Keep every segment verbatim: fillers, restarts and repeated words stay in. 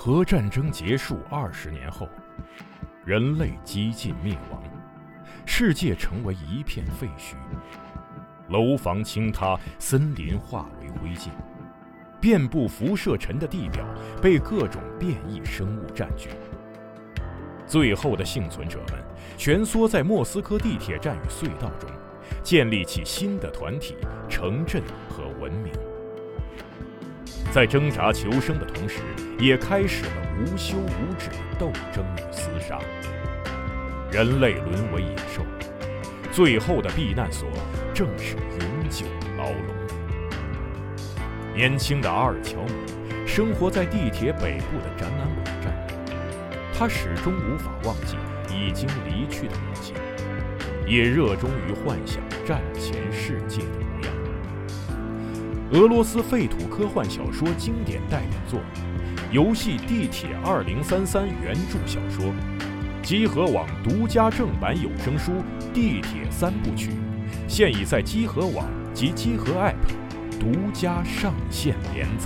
核战争结束二十年后，人类几近灭亡，世界成为一片废墟，楼房倾塌，森林化为灰烬，遍布辐射尘的地表被各种变异生物占据。最后的幸存者们蜷缩在莫斯科地铁站与隧道中，建立起新的团体、城镇和文明。在挣扎求生的同时，也开始了无休无止的斗争与厮杀。人类沦为野兽，最后的避难所正是永久牢笼。年轻的阿尔乔姆生活在地铁北部的展览网站，他始终无法忘记已经离去的母亲，也热衷于幻想战前世界的模样。俄罗斯废土科幻小说经典代表作，游戏《地铁二零三三》原著小说，集合网独家正版有声书《地铁三部曲》，现已在集合网及集合 App 独家上线连载。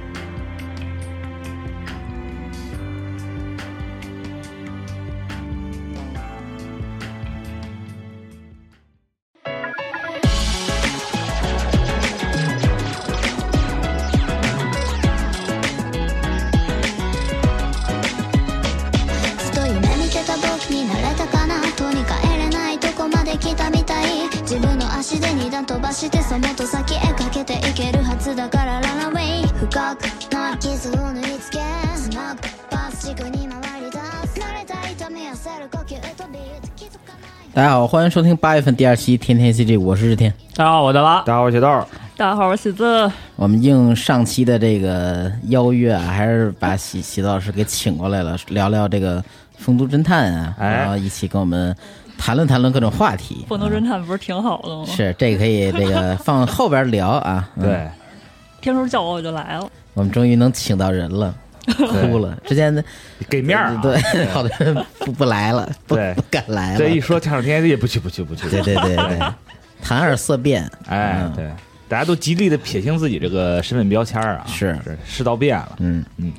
大家好，欢迎收听八月份第二期天天 C G， 我是日天。 大家好，我的拉。 大家好，我是雪豆。 大家好，我是喜子。 我们应上期的这个邀约啊，还是把喜喜子老师给请过来了，聊聊这个风都侦探啊， 哎、 然后一起跟我们谈论谈论各种话题。 风都侦探不是挺好的吗？ 是，这个可以这个放后边聊啊。 对、 嗯， 天叔叫我我就来了。 我们终于能请到人了。哭了，之前的给面儿、啊， 对，好多人不不来了，不对不敢来了。 这一说天上天也不去不去不去。 对对对对，谈而色变， 哎、嗯，对，大家都极力的撇清自己这个身份标签啊， 是是世道变了， 嗯嗯，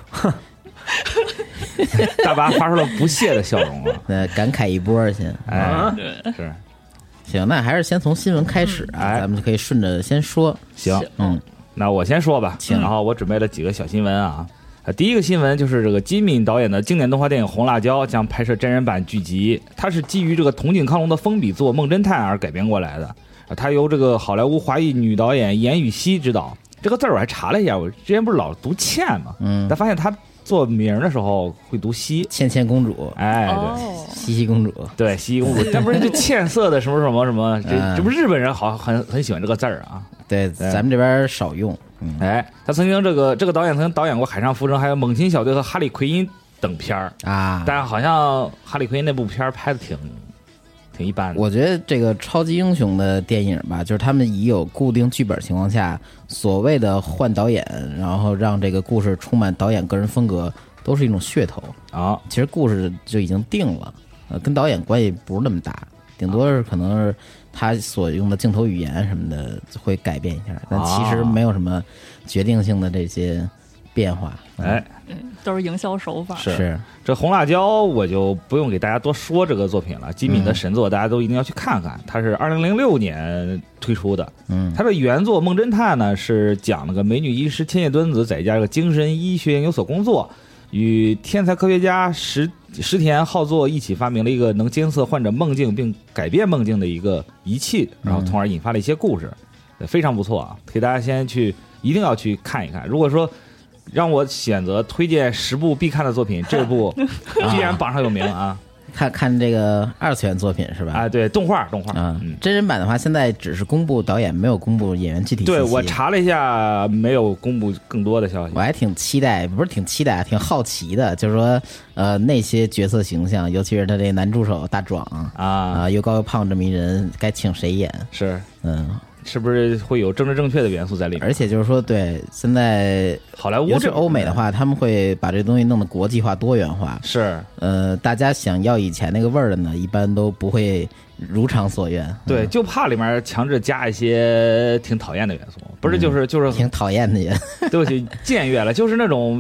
大巴发出了不屑的笑容啊， 呃，感慨一波先， 哎， 对， 是， 行，那还是先从新闻开始啊， 哎、 咱们就可以顺着先说， 行， 嗯， 那我先说吧，然后我准备了几个小新闻啊。第一个新闻就是这个金敏导演的经典动画电影《红辣椒》将拍摄真人版剧集，它是基于这个筒井康隆的封笔作《梦侦探》而改编过来的。它由这个好莱坞华裔女导演严雨希执导。这个字儿我还查了一下，我之前不是老读倩嘛， 嗯， 但发现她做名的时候会读西， 倩倩公主， 哎，对， 哦、 西西公主， 对，西西公主，但不是就茜色的什么什么什么，这这不是日本人好像很很喜欢这个字儿啊？ 对，咱们这边少用。 嗯、哎，他曾经这个这个导演曾经导演过《海上浮城》还有《猛禽小队》和《哈利奎因》等片儿啊， 但好像哈利奎因那部片儿拍的挺挺一般的。 我觉得这个超级英雄的电影吧，就是他们已有固定剧本情况下，所谓的换导演，然后让这个故事充满导演个人风格，都是一种噱头啊。 其实故事就已经定了，呃，跟导演关系不是那么大，顶多是可能是他所用的镜头语言什么的会改变一下，但其实没有什么决定性的这些变化。 哎， 嗯，都是营销手法。 是, 是这红辣椒我就不用给大家多说这个作品了，金敏的神作大家都一定要去看看。它是二零零六年推出的， 嗯， 它的原作《梦侦探》呢是讲了个美女医师千叶敦子在一家这个精神医学研究所工作，与天才科学家石石田浩作一起发明了一个能监测患者梦境并改变梦境的一个仪器，然后从而引发了一些故事，嗯、非常不错啊！给大家先去一定要去看一看。如果说让我选择推荐十部必看的作品，这部必然榜上有名啊！ 看看这个二次元作品是吧？ 啊，对，动画动画啊、嗯，真人版的话，现在只是公布导演，没有公布演员具体信息。 对，我查了一下，没有公布更多的消息。 我还挺期待，不是挺期待，挺好奇的，就是说，呃，那些角色形象，尤其是他这男助手大壮啊，啊、呃，又高又胖这么一人，该请谁演？ 是， 嗯。 是不是会有政治正确的元素在里面？ 而且就是说，对现在好莱坞， 尤其是欧美的话，他们会把这东西弄得国际化、多元化。 是， 呃，大家想要以前那个味儿的呢，一般都不会如偿所愿。 对， 嗯、 就怕里面强制加一些挺讨厌的元素，不是就是、嗯、就是挺讨厌的人， 对不起，僭越了，就是那种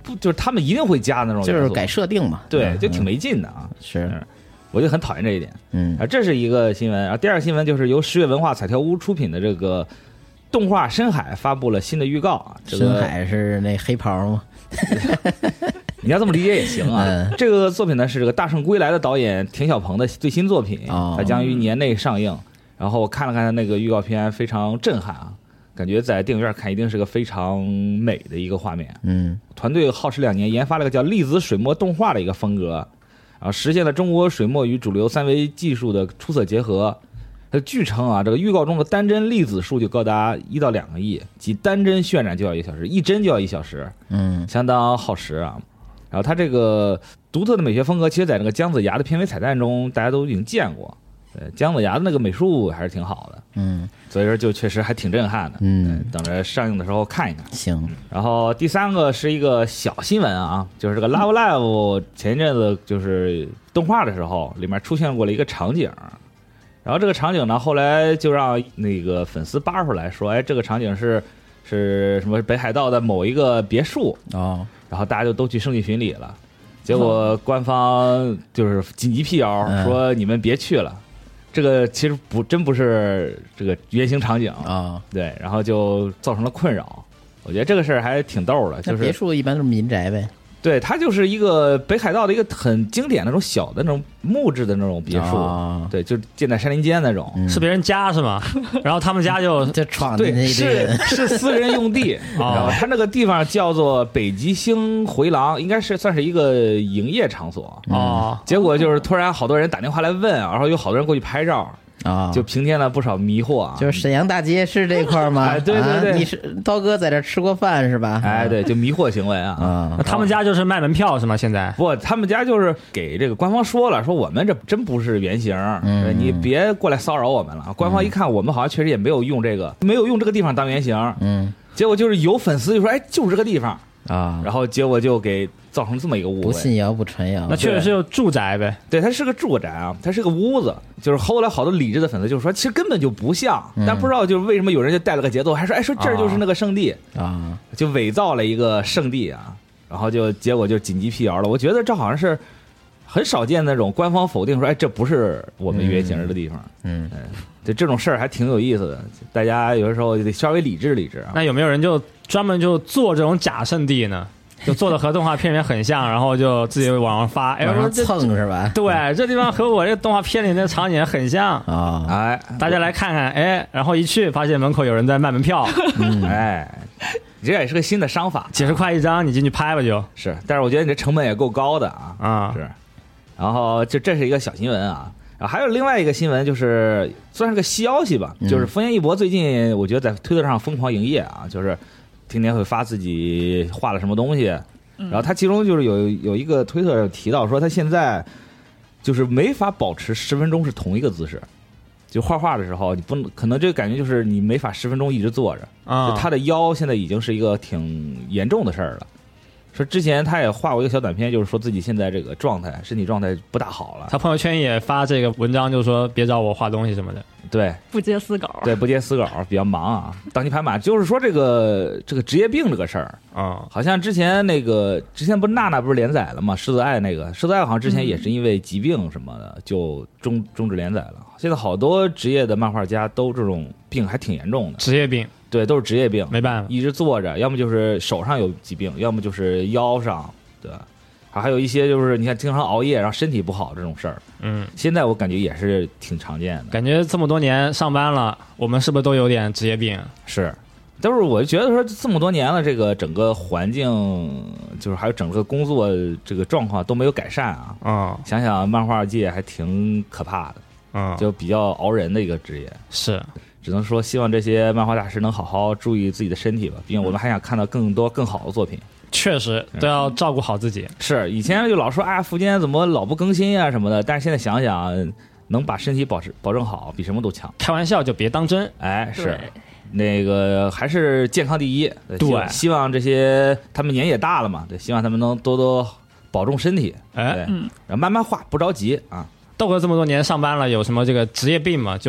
不就是他们一定会加那种元素， 就是改设定嘛， 对， 嗯就挺没劲的啊。 是， 我就很讨厌这一点。 嗯啊，这是一个新闻。然后第二个新闻就是由十月文化彩条屋出品的这个动画《深海》发布了新的预告啊。这个、 深海是那黑袍吗？ 你要这么理解也行啊。 嗯、 这个作品呢是这个《大圣归来》的导演田晓鹏的最新作品， 哦、 它将于年内上映。然后我看了看那个预告片，非常震撼啊，感觉在电影院看一定是个非常美的一个画面。 嗯， 团队耗时两年研发了个叫粒子水墨动画的一个风格，然后实现了中国水墨与主流三维技术的出色结合。它据称啊，这个预告中的单帧粒子数就高达一到两个亿，即单帧渲染就要一个小时，一帧就要一小时， 嗯， 相当耗时啊。然后它这个独特的美学风格，其实在那个姜子牙的片尾彩蛋中，大家都已经见过。对，姜子牙的那个美术还是挺好的， 嗯， 所以说就确实还挺震撼的。 嗯， 等着上映的时候看一看。 行。然后第三个是一个小新闻啊，就是这个 Love Live 前一阵子就是动画的时候，里面出现过了一个场景。然后这个场景呢，后来就让那个粉丝扒出来说，哎，这个场景是是什么北海道的某一个别墅哦， 然后大家就都去圣地巡礼了，结果官方就是紧急辟谣， 嗯、 说你们别去了，这个其实不真不是这个原型场景啊、 哦， 对，然后就造成了困扰。我觉得这个事儿还挺逗的，就是别墅一般都是民宅呗。 对，它就是一个北海道的一个很经典的那种小的那种木质的那种别墅， 哦、 对，就建在山林间那种， 嗯、 是别人家是吗？然后他们家就就闯对，是是私人用地， 哦、 然后他那个地方叫做北极星回廊，应该是算是一个营业场所哦。 结果就是突然好多人打电话来问，然后有好多人过去拍照。 啊、哦， 就平添了不少迷惑啊！ 就是沈阳大街是这块吗？ 哎，对对对， 啊、你是刀哥在这吃过饭是吧？ 哎，对，就迷惑行为啊！ 啊、 嗯，他们家就是卖门票是吗？现在不，他们家就是给这个官方说了，说我们这真不是原型， 嗯、 你别过来骚扰我们了。官方一看，我们好像确实也没有用这个，没有用这个地方当原型， 嗯， 结果就是有粉丝就说，哎，就是这个地方啊， 然后结果就给造成这么一个误会， 不信谣不传谣。 那确实是有住宅呗？ 对，它是个住宅啊，它是个屋子。就是后来好多理智的粉丝就说，其实根本就不像， 嗯、 但不知道就是为什么有人就带了个节奏，还说，哎，说这儿就是那个圣地啊， 就伪造了一个圣地啊，然后就结果就紧急辟谣了。我觉得这好像是很少见那种官方否定说，哎，这不是我们原型的地方。 嗯， 嗯，就这种事儿还挺有意思的，大家有的时候得稍微理智理智啊。 那有没有人就专门就做这种假圣地呢？就做的和动画片里面很像，然后就自己往上发，哎， 往上蹭是吧？ 对，这地方和我这个动画片里那场景很像啊！ 哎， 大家来看看，哎，然后一去发现门口有人在卖门票， 嗯、 哎，这也是个新的商法， 几十块一张，你进去拍吧就。 是，但是我觉得你这成本也够高的啊。 啊、 嗯，是。然后就这是一个小新闻啊，然后还有另外一个新闻，就是算是个消息吧， 嗯、 就是枫叶一博最近我觉得在推特上疯狂营业啊，就是天天会发自己画了什么东西。然后他其中就是有有一个推特提到说，他现在就是没法保持十分钟是同一个姿势，就画画的时候，你不能可能这个感觉就是你没法十分钟一直坐着啊。 他的腰现在已经是一个挺严重的事儿了。说之前他也画过一个小短片，就是说自己现在这个状态，身体状态不大好了。 他朋友圈也发这个文章，就说别找我画东西什么的。 对， 不接私稿。 对，不接私稿，比较忙啊，当机拍马。就是说这个这个职业病这个事儿啊， 好像之前那个之前不是娜娜不是连载了吗？狮子爱那个狮子爱好像之前也是因为疾病什么的就终终止连载了。现在好多职业的漫画家都这种病还挺严重的， 职业病。 对，都是职业病， 没办法， 一直坐着，要么就是手上有疾病，要么就是腰上，对，还有一些就是你看经常熬夜，然后身体不好这种事儿， 嗯， 现在我感觉也是挺常见的。 感觉这么多年上班了，我们是不是都有点职业病？ 是，都是我觉得说这么多年了，这个整个环境就是还有整个工作这个状况都没有改善啊。 嗯， 想想漫画界还挺可怕的， 嗯， 就比较熬人的一个职业。 是。 只能说希望这些漫画大师能好好注意自己的身体吧，毕竟我们还想看到更多更好的作品。 确实都要照顾好自己。 是，以前就老说哎，福建怎么老不更新啊什么的，但是现在想想，能把身体保持保证好，比什么都强。 开玩笑就别当真。 哎，是，那个还是健康第一。 对， 希望这些他们年也大了嘛，对，希望他们能多多保重身体。 哎， 嗯， 然后慢慢画，不着急啊。 豆哥这么多年上班了，有什么这个职业病吗？就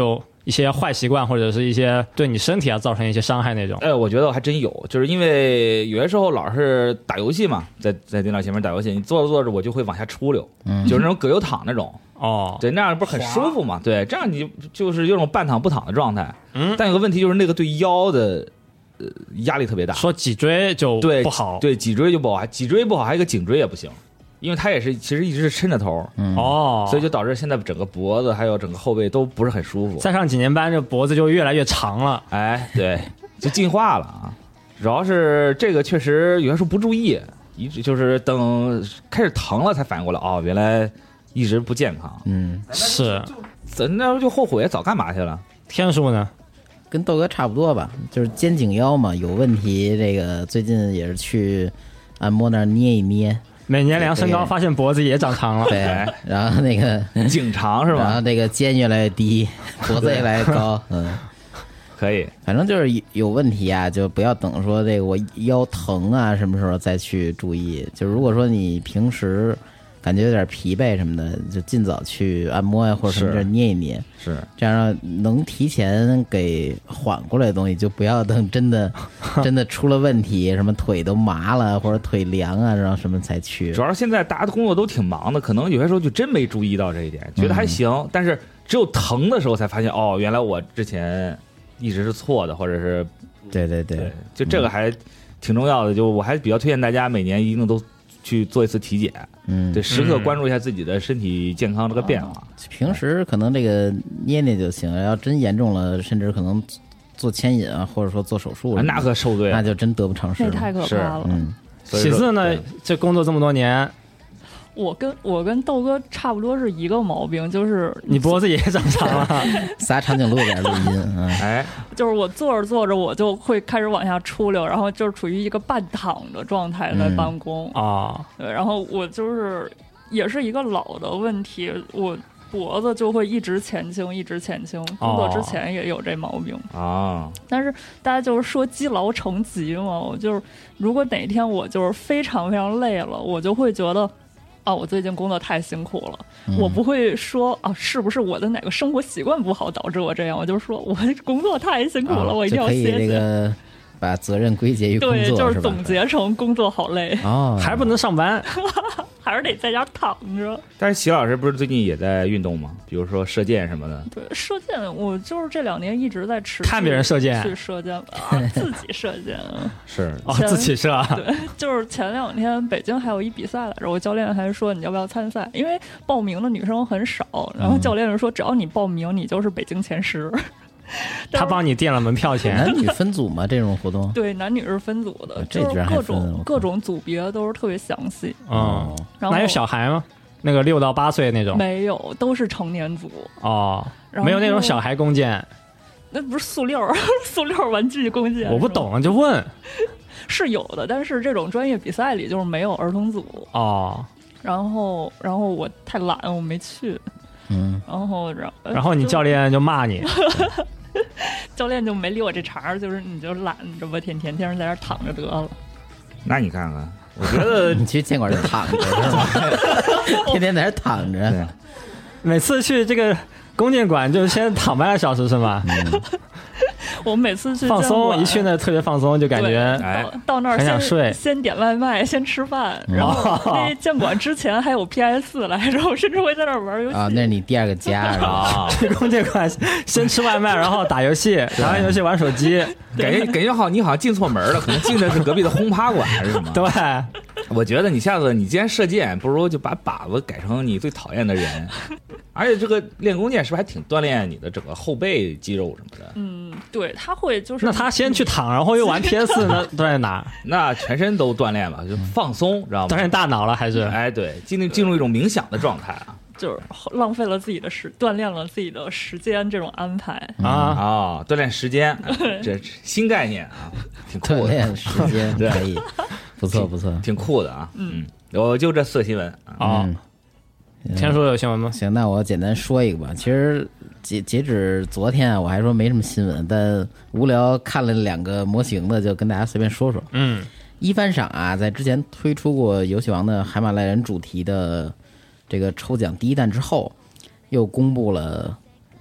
一些坏习惯，或者是一些对你身体啊造成一些伤害那种？ 哎，我觉得我还真有，就是因为有些时候老是打游戏嘛，在在电脑前面打游戏，你做着做着我就会往下出溜， 嗯就是那种葛优躺那种。 哦， 对，那样不是很舒服嘛？对，这样你就是有种半躺不躺的状态。 嗯， 但有个问题就是那个对腰的呃压力特别大， 说脊椎就对不好。 对，脊椎就不好，脊椎不好，还有一个颈椎也不行，因为它也是其实一直是抻着头， 嗯哦， 所以就导致现在整个脖子还有整个后背都不是很舒服。 再上几年班，这脖子就越来越长了。 哎，对，就进化了啊。主要是这个确实有些时候不注意，一直就是等开始疼了才反应过来，哦，原来一直不健康。 嗯， 是， 咱那时候就后悔，早干嘛去了？ 天数呢？ 跟豆哥差不多吧，就是肩颈腰嘛有问题，这个最近也是去按摩那儿捏一捏。 每年量身高，发现脖子也长长了。 对，然后那个颈长是吧？ 然后这个肩越来越低，脖子越来越高，嗯， 可以， 反正就是有问题啊，就不要等说这个我腰疼啊什么时候再去注意。就如果说你平时感觉有点疲惫什么的，就尽早去按摩呀，或者什么这捏一捏， 是这样能提前给缓过来的东西，就不要等真的真的出了问题，什么腿都麻了或者腿凉啊，然后什么才去。 主要是现在大家的工作都挺忙的，可能有些时候就真没注意到这一点，觉得还行， 嗯、 但是只有疼的时候才发现，哦，原来我之前一直是错的，或者是对对 对, 对，就这个还挺重要的。就我还比较推荐大家每年一定都去做一次体检， 嗯， 对，时刻关注一下自己的身体健康这个变化。 嗯、平时可能这个捏捏就行，要真严重了，甚至可能做牵引啊，或者说做手术， 啊、那可受罪， 那就真得不偿失了， 那太可怕了。 嗯， 喜字呢，这工作这么多年。 我跟我跟豆哥差不多是一个毛病，就是你脖子也长长了， 仨长颈鹿在录音，嗯、 哎， 就是我坐着坐着我就会开始往下出溜，然后就是处于一个半躺的状态在办公啊、 嗯，对，然后我就是也是一个老的问题，我脖子就会一直前倾，一直前倾，工作之前也有这毛病啊。 但是大家就是说积劳成疾嘛，我就是如果哪天我就是非常非常累了，我就会觉得。啊，我最近工作太辛苦了，嗯、我不会说啊，是不是我的哪个生活习惯不好导致我这样？我就说我工作太辛苦了，啊、我一定要歇歇。 可以这个把责任归结于工作， 对，就是是总结成工作好累哦， 还不能上班， 还是得在家躺着。 但是齐老师不是最近也在运动吗？比如说射箭什么的。 对，射箭我就是这两年一直在持续看别人射箭， 去射箭啊，自己射箭是哦，自己射。 对，就是前两天北京还有一比赛来着，我教练还说你要不要参赛，因为报名的女生很少，然后教练说只要你报名，你就是北京前十。 他帮你垫了门票钱。 男女分组吗？这种活动？ 对，男女是分组的， 这就是各种各种组别都是特别详细。 嗯，那有小孩吗？那个六到八岁那种？ 没有，都是成年组。 哦，没有那种小孩弓箭。 那不是塑料塑料玩具弓箭？ 我不懂，就问。 是有的，但是这种专业比赛里就是没有儿童组。 哦。 然后，然后我太懒，我没去。 嗯。 然后，然后， 然后你教练就骂你。 教练就没理我这茬，就是你就懒着吧，天天天天在这躺着得了。 那你看看，我觉得你去监管就躺着是吧？天天在这躺着， 每次去这个弓箭馆就先躺半个小时是吗？ 嗯、 我每次去放松，一去那特别放松，就感觉到到那儿很想睡， 先点外卖，先吃饭，然后那监管之前还有 P S 来着，我甚至会在那儿玩游戏啊。那是你第二个家啊！ 去弓箭馆先吃外卖，然后打游戏，打完游戏玩手机， 感觉感觉好，你好像进错门了，可能进的是隔壁的轰趴馆还是什么？ 对。 我觉得你下次你既然射箭，不如就把靶子改成你最讨厌的人。而且这个练弓箭是不是还挺锻炼你的整个后背肌肉什么的？ 嗯，对，他会就是。 那他先去躺，然后又玩 P S， 那锻炼哪？ 那全身都锻炼吧，就放松，知道吗？ 锻炼大脑了还是？ 哎，对，进入进入一种冥想的状态啊。 就是浪费了自己的时，锻炼了自己的时间，这种安排啊啊、哦，锻炼时间，这新概念啊，挺酷的。 锻炼时间可以，不错不错， 挺酷的啊。嗯，我就这四新闻啊。嗯天叔有新闻吗？ 行，那我简单说一个吧。其实截截止昨天啊，我还说没什么新闻，但无聊看了两个模型的，就跟大家随便说说。 嗯， 一番赏啊，在之前推出过游戏王的海马赖人主题的这个抽奖第一弹之后，又公布了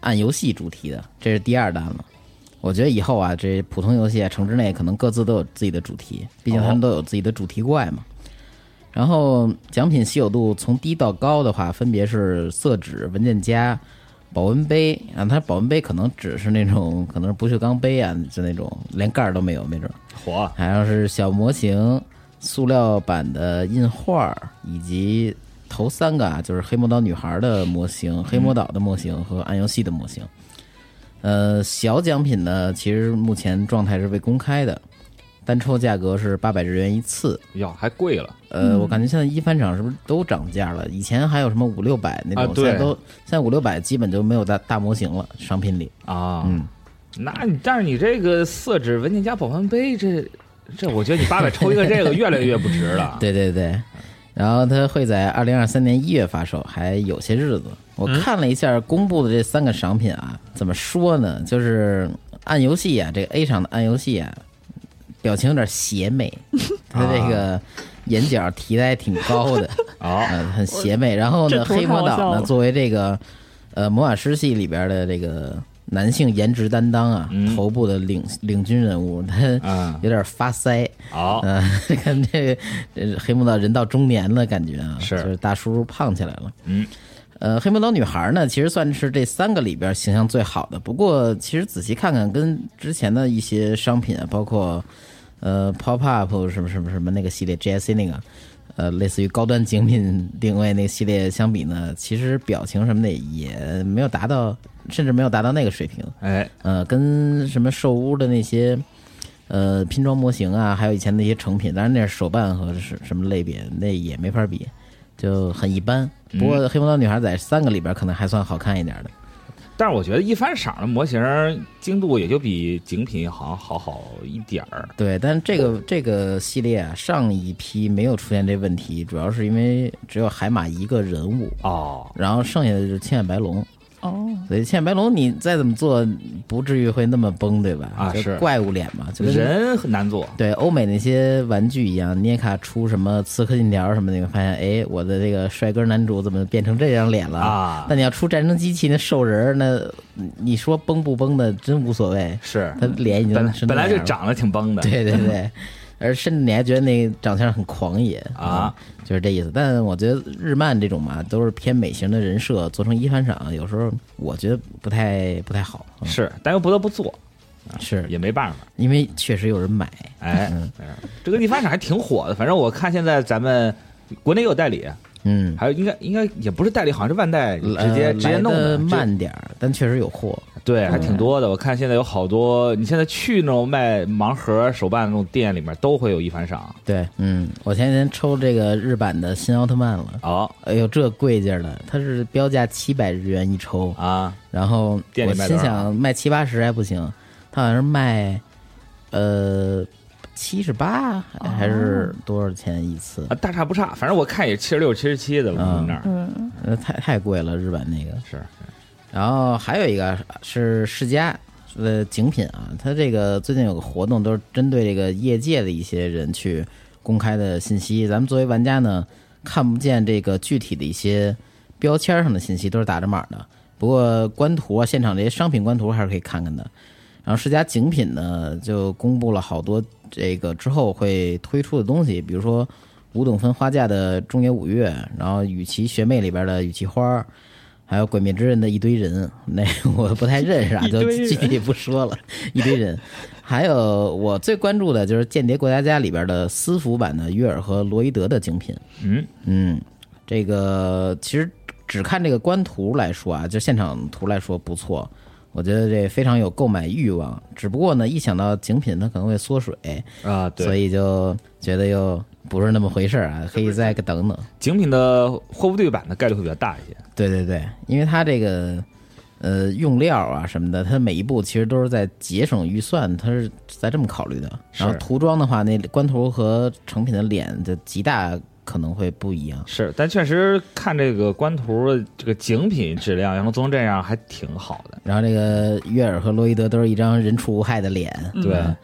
按游戏主题的，这是第二弹了。我觉得以后啊，这普通游戏啊，城之内可能各自都有自己的主题，毕竟他们都有自己的主题怪嘛。然后奖品稀有度从低到高的话，分别是色纸、文件夹、保温杯啊，它保温杯可能只是那种可能是不锈钢杯啊，就那种连盖儿都没有，没准。 火， 还有是小模型、塑料版的印画，以及头三个啊，就是黑魔岛女孩的模型、黑魔岛的模型和暗游戏的模型。呃，小奖品呢，其实目前状态是未公开的，单抽价格是八百日元一次。 哟，还贵了。 呃，我感觉现在一番赏是不是都涨价了？以前还有什么五六百那种， 啊、对现在都现在五六百基本就没有大大模型了，商品里啊。 嗯， 那你但是你这个色纸文件夹保温杯，这这我觉得你八百抽一个这个越来越不值了。 对对对。然后它会在二零二三年一月发售，还有些日子。我看了一下公布的这三个商品啊，怎么说呢？就是暗游戏啊，这个 A 赏的暗游戏啊，表情有点邪魅，它这个眼角提的还挺高的啊、 呃，很邪魅。然后呢，黑魔岛呢作为这个呃魔法师系里边的这个男性颜值担当啊， 嗯、 头部的领领军人物，他有点发腮啊， 嗯、呃，看这个这黑魔岛人到中年的感觉啊， 是就是大叔叔胖起来了， 嗯。 呃，黑魔岛女孩呢，其实算是这三个里边形象最好的。不过，其实仔细看看，跟之前的一些商品啊，包括呃 Pop Up 什么什么什么那个系列 G S C 那个，呃，类似于高端精品定位那个系列相比呢，其实表情什么的也没有达到，甚至没有达到那个水平。 哎， 呃，跟什么兽屋的那些呃拼装模型啊，还有以前那些成品，当然那是手办和是什么类别，那也没法比。就很一般，不过黑魔岛女孩在三个里边可能还算好看一点的。 但是我觉得一番赏的模型精度也就比精品好像好好一点儿。 对，但这个这个系列啊，上一批没有出现这问题，主要是因为只有海马一个人物哦， 然后剩下的就是千眼白龙。 哦， 所以千眼白龙你再怎么做，不至于会那么崩，对吧？ 啊，是怪物脸嘛，就跟人很难做。 对，欧美那些玩具一样，捏卡出什么刺客信条什么的，你会发现，哎，我的这个帅哥男主怎么变成这张脸了啊？ 那你要出战争机器那兽人，那你说崩不崩的真无所谓。 是， 他脸已经本本来就长长得挺崩的。 对对对。而甚至你还觉得那长相很狂野啊、 嗯，就是这意思。但我觉得日漫这种嘛，都是偏美型的人设，做成一番赏，有时候我觉得不太不太好。 嗯、是，但又不得不做， 是也没办法， 因为确实有人买。 哎，嗯、这个一番赏还挺火的。反正我看现在咱们国内也有代理。 嗯， 还有应该应该也不是代理，好像是万代直接、呃、直接弄的， 慢点但确实有货。 对，还挺多的。我看现在有好多，你现在去那种卖盲盒手办那种店里面，都会有一番赏。 对，嗯，我前几天抽这个日版的新奥特曼了。 哦， 哎呦，这贵劲儿了，它是标价七百日元一抽啊。 然后我心想卖七八十还不行，它好像是卖呃七十八还是多少钱一次？ 啊，大差不差，反正我看也七十六、七十七的，我们那儿， 嗯， 呃，太太贵了，日版那个是。 然后还有一个是世嘉的精品啊，它这个最近有个活动，都是针对这个业界的一些人去公开的信息。咱们作为玩家呢，看不见这个具体的一些标签上的信息，都是打着码的。不过官图啊，现场这些商品官图还是可以看看的。然后世嘉精品呢，就公布了好多这个之后会推出的东西，比如说五等分花架的中野五月，然后羽崎学妹里边的羽崎花。还有鬼灭之刃的一堆人，那我不太认识啊，就具体不说了。一堆人，还有我最关注的就是《间谍过家家》里边的私服版的约尔和罗伊德的精品。 嗯嗯，这个其实只看这个官图来说啊，就现场图来说不错，我觉得这非常有购买欲望。只不过呢，一想到精品它可能会缩水啊，对， 所以就觉得又不是那么回事啊，可以再等等。 精品的货不对版的概率会比较大一些。 对对对，因为它这个呃用料啊什么的，它每一步其实都是在节省预算，它是在这么考虑的。然后涂装的话，那官图和成品的脸的极大可能会不一样。 是，但确实看这个官图这个精品质量要能做成这样还挺好的。 然后这个约尔和洛伊德都是一张人畜无害的脸， 对。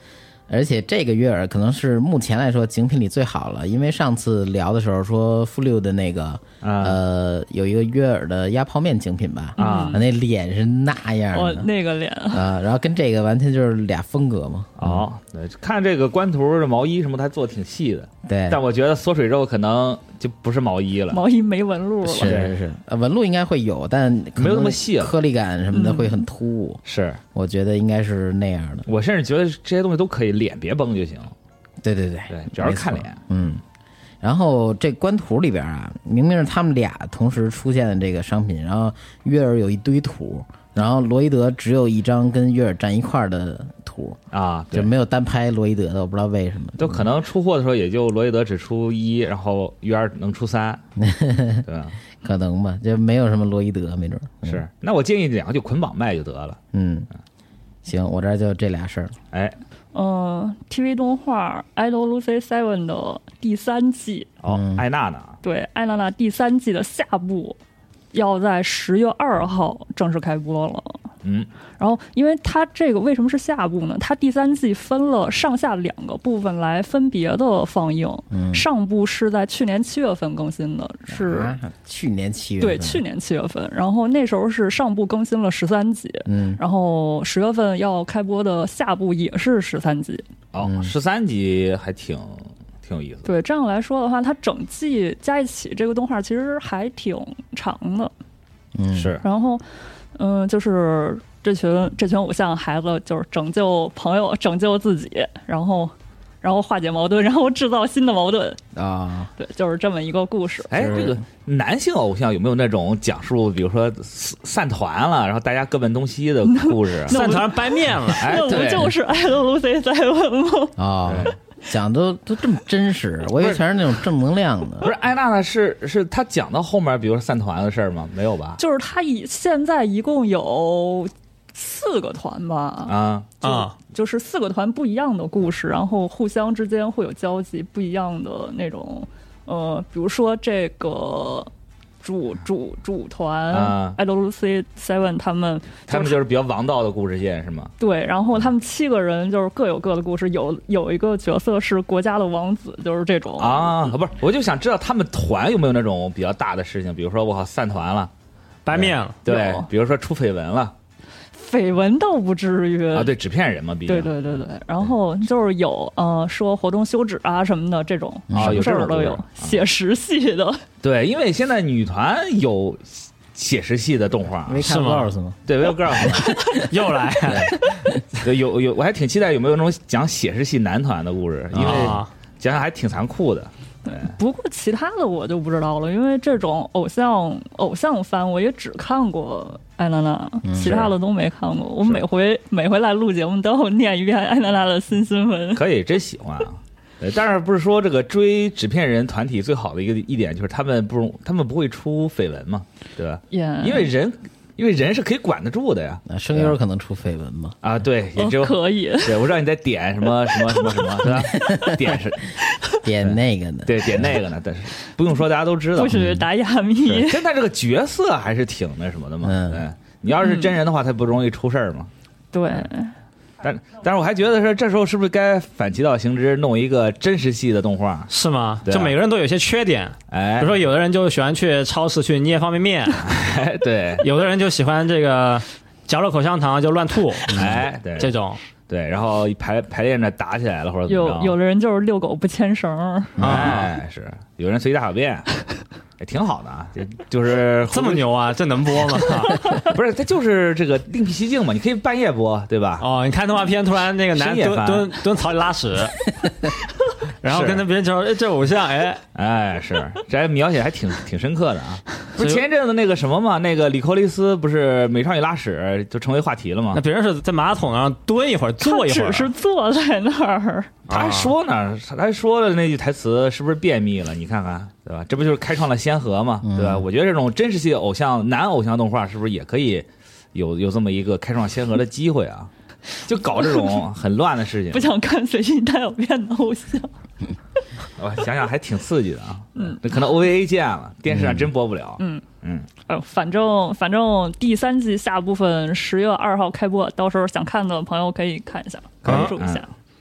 而且这个悦耳可能是目前来说精品里最好了，因为上次聊的时候说富六的那个、啊、呃有一个悦耳的鸭泡面精品吧啊， 那脸是那样的， 我那个脸啊，然后跟这个完全就是俩风格嘛。 哦，对，看这个官图的毛衣什么，他做挺细的， 对， 但我觉得缩水肉可能就不是毛衣了， 毛衣没纹路了， 是是是，呃，纹路应该会有，但没有那么细了， 颗粒感什么的会很突兀。 嗯、是， 我觉得应该是那样的。 我甚至觉得这些东西都可以，脸别绷就行。 对对对对，主要是看脸。 嗯，然后这官图里边啊，明明是他们俩同时出现的这个商品，然后悦耳有一堆图，然后罗伊德只有一张跟悦耳站一块儿的图啊， 就没有单拍罗伊德的，我不知道为什么。 就可能出货的时候也就罗伊德只出一，然后悦耳能出三，对吧？ 可能吧，就没有什么罗伊德，没准、 嗯、是。那我建议两个就捆绑卖就得了。 嗯，行，我这儿就这俩事儿。 哎。 嗯 ，T V 动画《Idol Lucy Seven》的第三季哦，嗯、艾娜娜对艾娜娜第三季的下部要在十月二号正式开播了。 嗯， 然后因为它这个为什么是下部呢？它第三季分了上下两个部分来分别的放映。 嗯， 上部是在去年七月份更新的，是、 啊、去年七月份对，去年七月份。然后那时候是上部更新了十三集， 嗯， 然后十月份要开播的下部也是十三集。 哦，十三集还挺挺有意思。 对，这样来说的话，它整季加一起，这个动画其实还挺长的。 嗯， 是。 然后。嗯，就是这群这群偶像孩子，就是拯救朋友，拯救自己，然后，然后化解矛盾，然后制造新的矛盾啊。 对，就是这么一个故事。 哎，这个男性偶像有没有那种讲述，比如说散团了，然后大家各奔东西的故事？ 散团掰面了， 哎， 那不就是《爱的 Lucy Seven》吗？ 啊。讲都都这么真实，我以为全是那种正能量的。 不是艾娜娜是是她讲到后面，比如说散团的事儿吗？没有吧？ 就是她以现在一共有四个团吧， 啊啊， 就是四个团不一样的故事，然后互相之间会有交集，不一样的那种。呃，比如说这个。主主主团、啊、Idol Lucy Seven 他们、就是、 他们就是比较王道的故事线是吗？ 对，然后他们七个人就是各有各的故事，有有一个角色是国家的王子，就是这种啊，不是，我就想知道他们团有没有那种比较大的事情，比如说我靠散团了， 掰面了， 对，比如说出绯闻了。 绯闻倒不至于啊，对，纸片人嘛，毕竟对对对对，然后就是有呃说活动休止啊什么的这种啊， 什么事儿都有， 啊、 写实系的。 对，因为现在女团有写实系的动画， 没看 Girls 吗？ 对，没有 Girls 又来， 对，有有，我还挺期待有没有那种讲写实系男团的故事，因为讲讲还挺残酷的。对， 不过其他的我就不知道了，因为这种偶像偶像番我也只看过艾娜娜，其他的都没看过。我每回每回来录节目都要念一遍艾娜娜的新新闻。 可以，真喜欢啊！对，但是不是说这个追纸片人团体最好的一个一点就是他们不他们不会出绯闻嘛，对吧？ Yeah. 因为人。因为人是可以管得住的呀， 声优可能出绯闻嘛？ 啊，对，也只有、 哦、可以。 对，我知道你在点什么什么什么什么，对吧？点是点那个呢？ 对，点那个呢，但是不用说，大家都知道。 不许打哑谜。 现在这个角色还是挺那什么的嘛。 嗯， 对，你要是真人的话，他不容易出事儿嘛。 对。 但但是我还觉得说，这时候是不是该反其道行之，弄一个真实系的动画？ 是吗？ 啊、 就每个人都有些缺点， 哎， 比如说有的人就喜欢去超市去捏方便面， 哎，对； 有的人就喜欢这个嚼了口香糖就乱吐， 哎，对， 这种对，然后排排练着打起来了或者怎么着。 有有的人就是遛狗不牵绳， 哎，是有人随地大小便。也挺好的啊，就是这么牛啊，这能播吗？ 不是，它就是这个另辟蹊径嘛，你可以半夜播，对吧？ 哦，你看动画片，突然那个男蹲蹲蹲草里拉屎，然后跟着别人说，哎，这偶像，哎哎，是，这还描写还挺挺深刻的啊。不是前一阵子那个什么嘛，那个里寇利斯不是美少女拉屎就成为话题了吗？ 那别人是在马桶上蹲一会儿，坐一会儿， 只是坐在那儿。 他还说呢，他还说了那句台词是不是便秘了？你看看，对吧？这不就是开创了先河嘛，对吧？嗯、我觉得这种真实系偶像男偶像动画是不是也可以有有这么一个开创先河的机会啊？就搞这种很乱的事情。 不想看随地大小便的偶像。 我想想还挺刺激的啊。嗯，可能 O V A 见了，电视上真播不了。 嗯嗯。 呃，反正反正第三季下部分十月二号开播，到时候想看的朋友可以看一下，关注一下。 嗯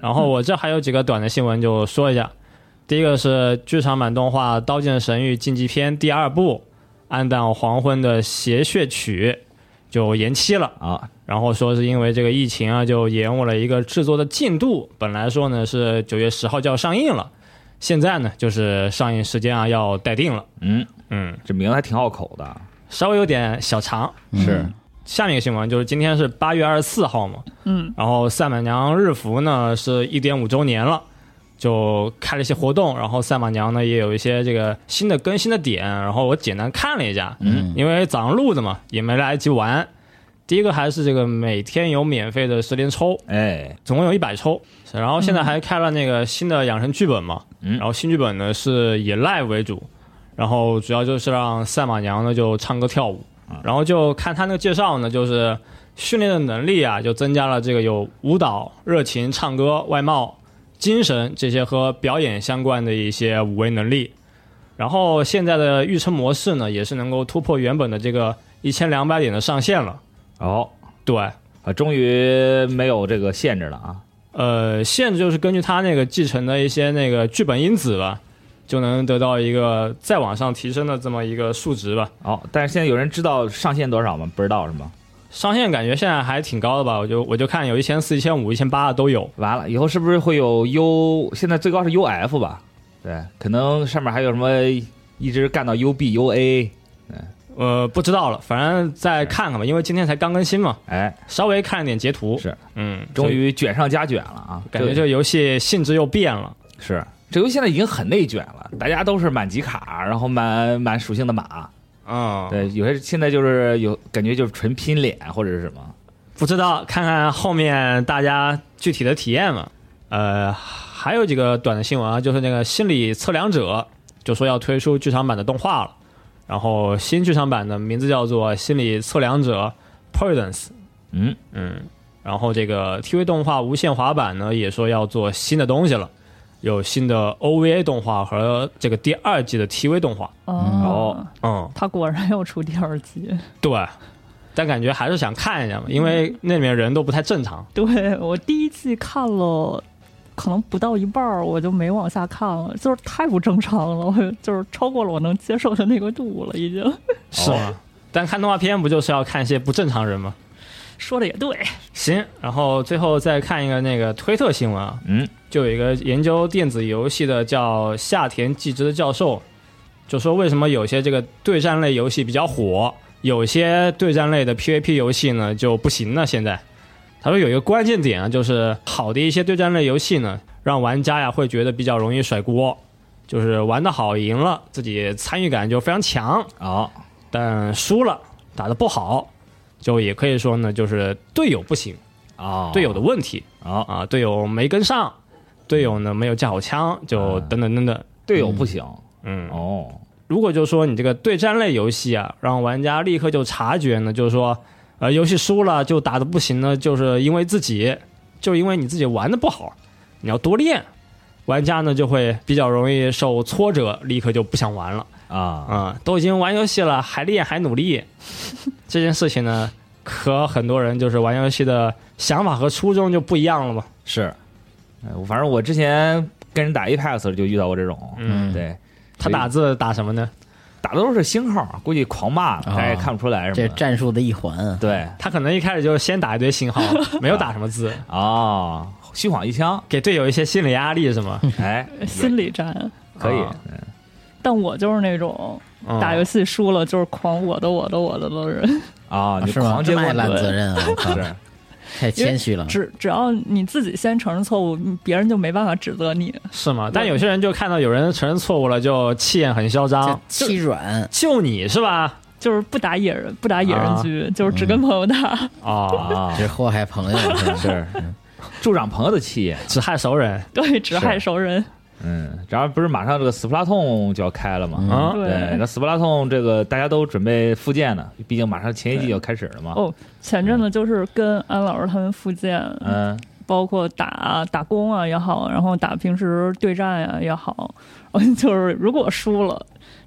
然后我这还有几个短的新闻就说一下。第一个是剧场版动画《刀剑神域竞技篇》第二部《暗淡黄昏》的谐谑曲就延期了啊， 然后说是因为这个疫情啊，就延误了一个制作的进度。本来说呢是九月十号就要上映了，现在呢就是上映时间啊要待定了。 嗯嗯， 这名字还挺拗口的， 稍微有点小长。 是。 下面一个新闻就是今天是八月二十四号嘛， 嗯， 然后赛马娘日服呢是一点五周年了，就开了一些活动，然后赛马娘呢也有一些这个新的更新的点，然后我简单看了一下， 嗯， 因为早上录的嘛，也没来得及玩。第一个还是这个每天有免费的十连抽， 哎， 总共有一百抽，然后现在还开了那个新的养成剧本嘛， 嗯， 然后新剧本呢是以 live 为主，然后主要就是让赛马娘呢就唱歌跳舞。然后就看他那个介绍呢，就是训练的能力啊，就增加了这个有舞蹈、热情、唱歌、外貌、精神这些和表演相关的一些五维能力。然后现在的预测模式呢，也是能够突破原本的这个一千两百点的上限了。 哦， 对， 啊，终于没有这个限制了啊。 呃，限制就是根据他那个继承的一些那个剧本因子吧。就能得到一个再往上提升的这么一个数值吧。 哦，但是现在有人知道上限多少吗？不知道是吗？ 上限感觉现在还挺高的吧？我就我就看有一千四、一千五、一千八都有。 完了，以后是不是会有 U？ 现在最高是 U F 吧？对，可能上面还有什么一直干到 U B、U A。 呃，不知道了，反正再看看吧，因为今天才刚更新嘛。 哎， 稍微看了点截图。 是， 嗯， 终于卷上加卷了啊！ 感觉这个游戏性质又变了。 是。这游戏现在已经很内卷了，大家都是满级卡，然后满满属性的马， 嗯， 对，有些现在就是有感觉就是纯拼脸或者是什么， 不知道，看看后面大家具体的体验嘛。呃，还有几个短的新闻啊，就是那个心理测量者就说要推出剧场版的动画了，然后新剧场版的名字叫做心理测量者 Prudence， 嗯嗯，然后这个 T V 动画无限滑板呢也说要做新的东西了。有新的 O V A 动画和这个第二季的 T V 动画哦， 嗯， 他果然要出第二季， 对，但感觉还是想看一下嘛，因为那里面人都不太正常。 对，我第一季看了，可能不到一半我就没往下看了，就是太不正常了，就是超过了我能接受的那个度了，已经。 是吗？但看动画片不就是要看一些不正常人吗？ 说的也对。 行，然后最后再看一个那个推特新闻啊， 嗯， 就有一个研究电子游戏的叫夏田纪之的教授，就说为什么有些这个对战类游戏比较火，有些对战类的 P V P 游戏呢就不行呢？现在他说有一个关键点啊，就是好的一些对战类游戏呢，让玩家呀会觉得比较容易甩锅，就是玩得好赢了，自己参与感就非常强哦， 但输了打得不好。就也可以说呢，就是队友不行啊， 队友的问题啊啊，队友没跟上，队友呢没有架好枪，就等等等等， 队友不行， 嗯哦。 如果就说你这个对战类游戏啊，让玩家立刻就察觉呢，就是说，呃，游戏输了就打得不行呢，就是因为自己，就因为你自己玩的不好，你要多练，玩家呢就会比较容易受挫折，立刻就不想玩了。 啊、 嗯，都已经玩游戏了，还练还努力，这件事情呢，和很多人就是玩游戏的想法和初衷就不一样了嘛。 是，呃反正我之前跟人打 Apex 就遇到过这种， 嗯， 对， 他打字打什么呢？ 打的都是星号，估计狂骂了，大家也看不出来什么的。 这战术的一环啊。 对， 他可能一开始就先打一堆星号，没有打什么字啊、哦，虚晃一枪， 给队友一些心理压力是吗？ 哎， 心理战可以。 啊嗯但我就是那种打游戏输了就是狂我的我的我的的人啊，你是吗？ 狂接过这么揽责任啊！我靠， 是太谦虚了。 只只要你自己先承认错误，别人就没办法指责你， 是吗？但有些人就看到有人承认错误了，就气焰很嚣张， 气软， 就你是吧？ 就是不打野人，不打野人局，啊、就是只跟朋友打。 哦， 只祸害朋友是吧？ 是助长朋友的气焰， 只害熟人。 对，只害熟人。 嗯，然后不是马上这个斯普拉痛就要开了吗？ 啊、 嗯， 对，那斯普拉痛这个大家都准备复健呢，毕竟马上前一季要开始了嘛。 哦，前阵子就是跟安老师他们复健， 嗯， 包括打打工啊也好，然后打平时对战呀、啊、也好，就是如果输了，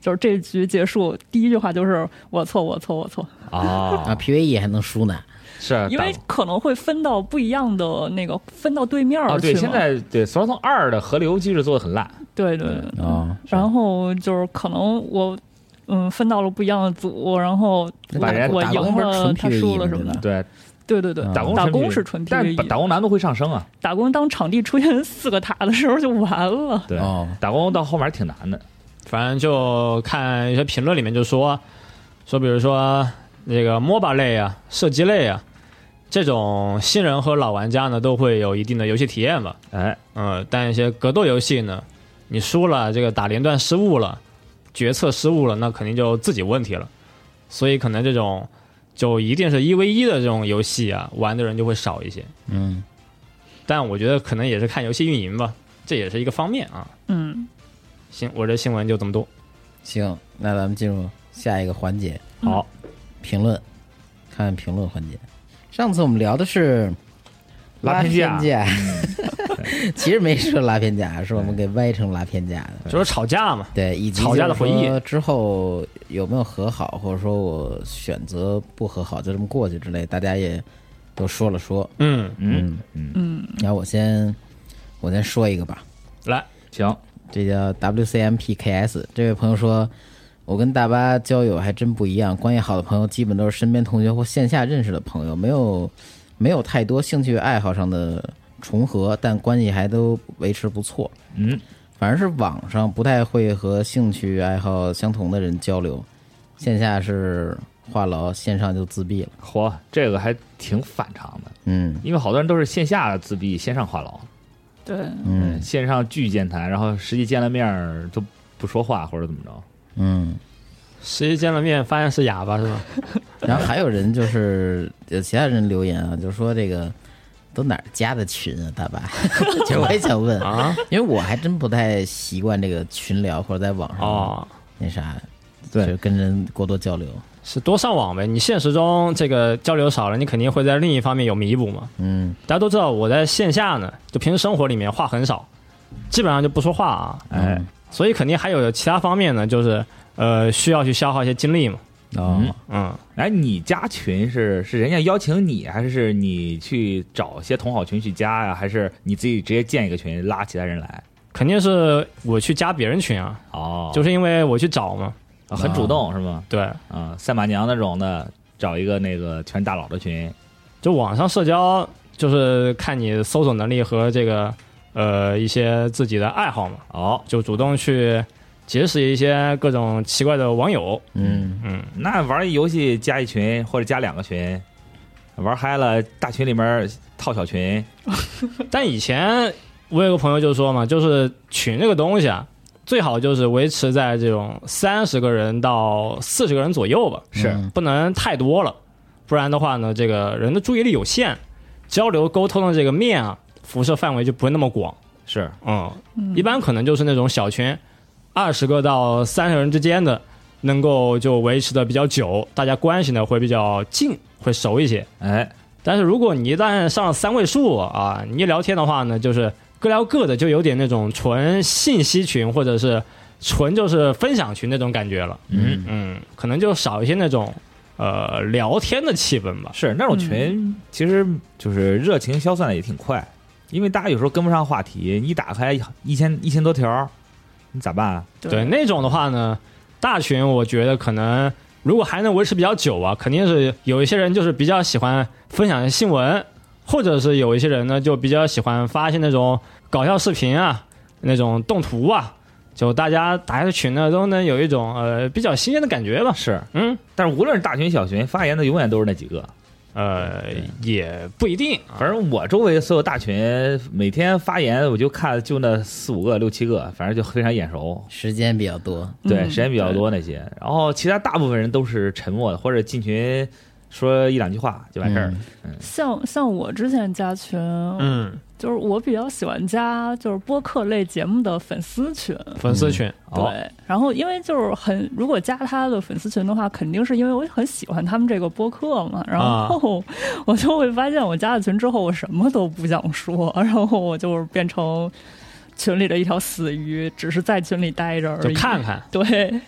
就是这局结束第一句话就是我错我错我错啊啊 P V E 还能输呢， 是因为可能会分到不一样的那个分到对面去嘛。 哦，对，现在对索尔通二的河流机制做的很烂， 对对对， 哦， 然后就是可能我嗯分到了不一样的组，然后把人我赢打工不是纯了他 P V E 输了什么的。 对， 对对对， 嗯打打工纯工 P V E 是纯 P 但 V 是 E， 打工难度会上升啊。 打工当场地出现四个塔的时候就完了。 对， 哦打工到后面挺难的。 反正就看一些评论里面就说说，比如说那个 M O B A 类啊、射击类啊，这种新人和老玩家呢都会有一定的游戏体验吧。 哎， 嗯，但一些格斗游戏呢，你输了，这个打连段失误了，决策失误了，那肯定就自己问题了。所以可能这种就一定是一 v 一的这种游戏啊，玩的人就会少一些。 嗯， 但我觉得可能也是看游戏运营吧，这也是一个方面啊。 嗯， 行，我这新闻就这么多。 行，那咱们进入下一个环节， 好， 评论，看看评论环节。上次我们聊的是拉偏架架，其实没说拉偏架，是我们给歪成拉偏架的。 就是吵架嘛， 对，以及吵架的回忆就是说之后有没有和好，或者说我选择不和好就这么过去之类，大家也都说了说。 嗯， 嗯嗯， 嗯， 然后我先我先说一个吧， 来， 行， 这叫 W C M P K S。这位朋友说，我跟大巴交友还真不一样，关系好的朋友基本都是身边同学或线下认识的朋友，没有没有太多兴趣爱好上的重合，但关系还都维持不错。 嗯， 反而是网上不太会和兴趣爱好相同的人交流，线下是话痨，线上就自闭了。 嚯，这个还挺反常的， 嗯因为好多人都是线下自闭，线上话痨， 对， 嗯线上巨健谈，然后实际见了面儿都不说话或者怎么着。 嗯。 实际见了面发现是哑巴是吧？ 然后还有人就是有其他人留言啊，就说这个都哪儿加的群啊，大巴？其实我也想问啊， 因为我还真不太习惯这个群聊或者在网上哦， 那啥， 对就跟人过多交流。 是多上网呗。你现实中这个交流少了，你肯定会在另一方面有弥补嘛。 嗯大家都知道，我在线下呢，就平时生活里面话很少，基本上就不说话啊。 哎， 所以肯定还有其他方面呢，就是呃需要去消耗一些精力嘛。 哦， 嗯， 哎，你加群是是人家邀请你，还是你去找些同好群去加呀？还是你自己直接建一个群拉其他人来？ 肯定是我去加别人群啊， 哦， 就是因为我去找嘛。 啊很主动是吗？ 对， 啊，赛马娘那种的，找一个那个全大佬的群。 就网上社交，就是看你搜索能力和这个呃一些自己的爱好嘛。 哦， 就主动去结识一些各种奇怪的网友。 嗯嗯， 那玩游戏加一群或者加两个群，玩嗨了大群里面套小群。 但以前我有个朋友就说嘛，就是群这个东西啊，最好就是维持在这种三十个人到四十个人左右吧， 是不能太多了，不然的话呢，这个人的注意力有限，交流沟通的这个面啊，辐射范围就不会那么广。 是， 嗯，一般可能就是那种小群，二十个到三十人之间的，能够就维持的比较久，大家关系呢会比较近，会熟一些。 哎， 但是如果你一旦上三位数啊，你一聊天的话呢，就是各聊各的，就有点那种纯信息群或者是纯就是分享群那种感觉了。 嗯嗯，可能就少一些那种呃聊天的气氛吧。 是那种群，其实就是热情消散的也挺快，因为大家有时候跟不上话题，你一打开一千一千多条，你咋办啊？ 对那种的话呢，大群我觉得可能如果还能维持比较久啊，肯定是有一些人就是比较喜欢分享新闻，或者是有一些人呢就比较喜欢发一些那种搞笑视频啊，那种动图啊，就大家打开群呢都能有一种呃比较新鲜的感觉吧。 是， 嗯， 但是无论是大群小群，发言的永远都是那几个。 呃，也不一定啊。 反正我周围所有大群，每天发言我就看就那四五个、六七个，反正就非常眼熟。 时间比较多。 对， 嗯时间比较多那些，然后其他大部分人都是沉默的，或者进群说一两句话就完事儿。 像像我之前加群， 嗯， 就是我比较喜欢加就是播客类节目的粉丝群。 粉丝群， 对， 哦然后因为就是很，如果加他的粉丝群的话，肯定是因为我很喜欢他们这个播客嘛。然后我就会发现，我加了群之后，我什么都不想说，然后我就变成群里的一条死鱼，只是在群里待着而已。 就看看。 对，